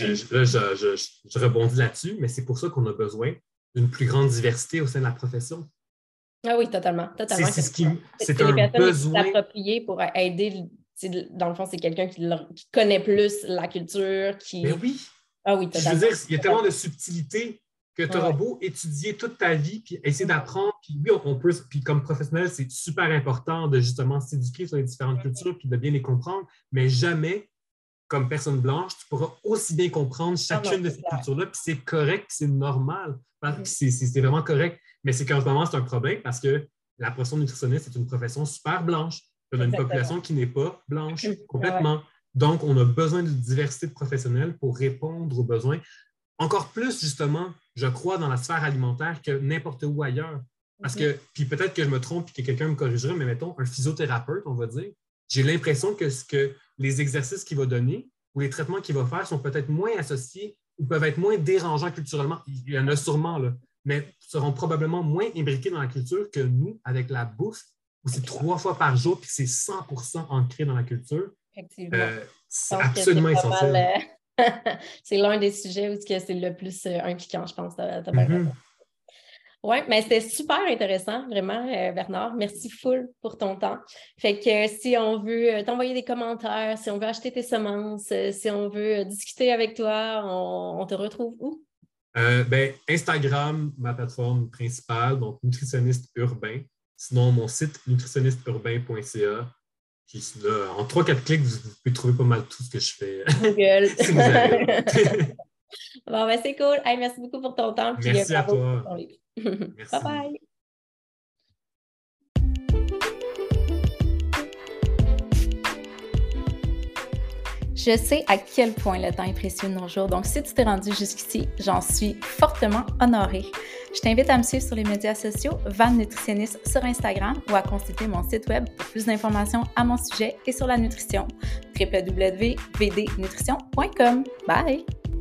je rebondis là-dessus, mais c'est pour ça qu'on a besoin d'une plus grande diversité au sein de la profession. Ah oui, totalement. C'est un besoin approprié pour aider. Dans le fond, c'est quelqu'un qui connaît plus la culture. Mais oui. Ah oui, totalement. Je veux dire, il y a tellement de subtilité que tu auras beau étudier toute ta vie puis essayer d'apprendre. Puis oui, on peut, puis comme professionnel, c'est super important de justement s'éduquer sur les différentes cultures puis de bien les comprendre, mais jamais, comme personne blanche, tu pourras aussi bien comprendre chacune de ces cultures-là, puis c'est correct, puis c'est normal. C'est vraiment correct. Mais c'est qu'en ce moment, c'est un problème parce que la profession de nutritionniste est une profession super blanche. On a une population qui n'est pas blanche complètement. Donc, on a besoin de diversité de professionnels pour répondre aux besoins. Encore plus, justement, je crois, dans la sphère alimentaire que n'importe où ailleurs. Parce que, puis peut-être que je me trompe et que quelqu'un me corrigerait, mais mettons, un physiothérapeute, on va dire, j'ai l'impression que les exercices qu'il va donner ou les traitements qu'il va faire sont peut-être moins associés ou peuvent être moins dérangeants culturellement. Il y en a sûrement, là, mais seront probablement moins imbriqués dans la culture que nous, avec la bouffe, où c'est 3 fois par jour puis c'est 100% ancré dans la culture. Effectivement. C'est absolument essentiel. C'est l'un des sujets où c'est le plus impliquant, je pense. Oui, mais c'était super intéressant, vraiment, Bernard. Merci full pour ton temps. Fait que si on veut t'envoyer des commentaires, si on veut acheter tes semences, si on veut discuter avec toi, on te retrouve où? Instagram, ma plateforme principale, donc nutritionniste urbain. Sinon, mon site nutritionnisteurbain.ca. Puis là, en 3-4 clics, vous pouvez trouver pas mal tout ce que je fais. Google. Si vous avez. Bon, c'est cool. Hey, merci beaucoup pour ton temps. Merci à toi. Merci. Bye-bye. Je sais à quel point le temps est précieux de nos jours, donc si tu t'es rendu jusqu'ici, j'en suis fortement honorée. Je t'invite à me suivre sur les médias sociaux, Van Nutritionniste sur Instagram ou à consulter mon site web pour plus d'informations à mon sujet et sur la nutrition, www.vdnutrition.com. Bye!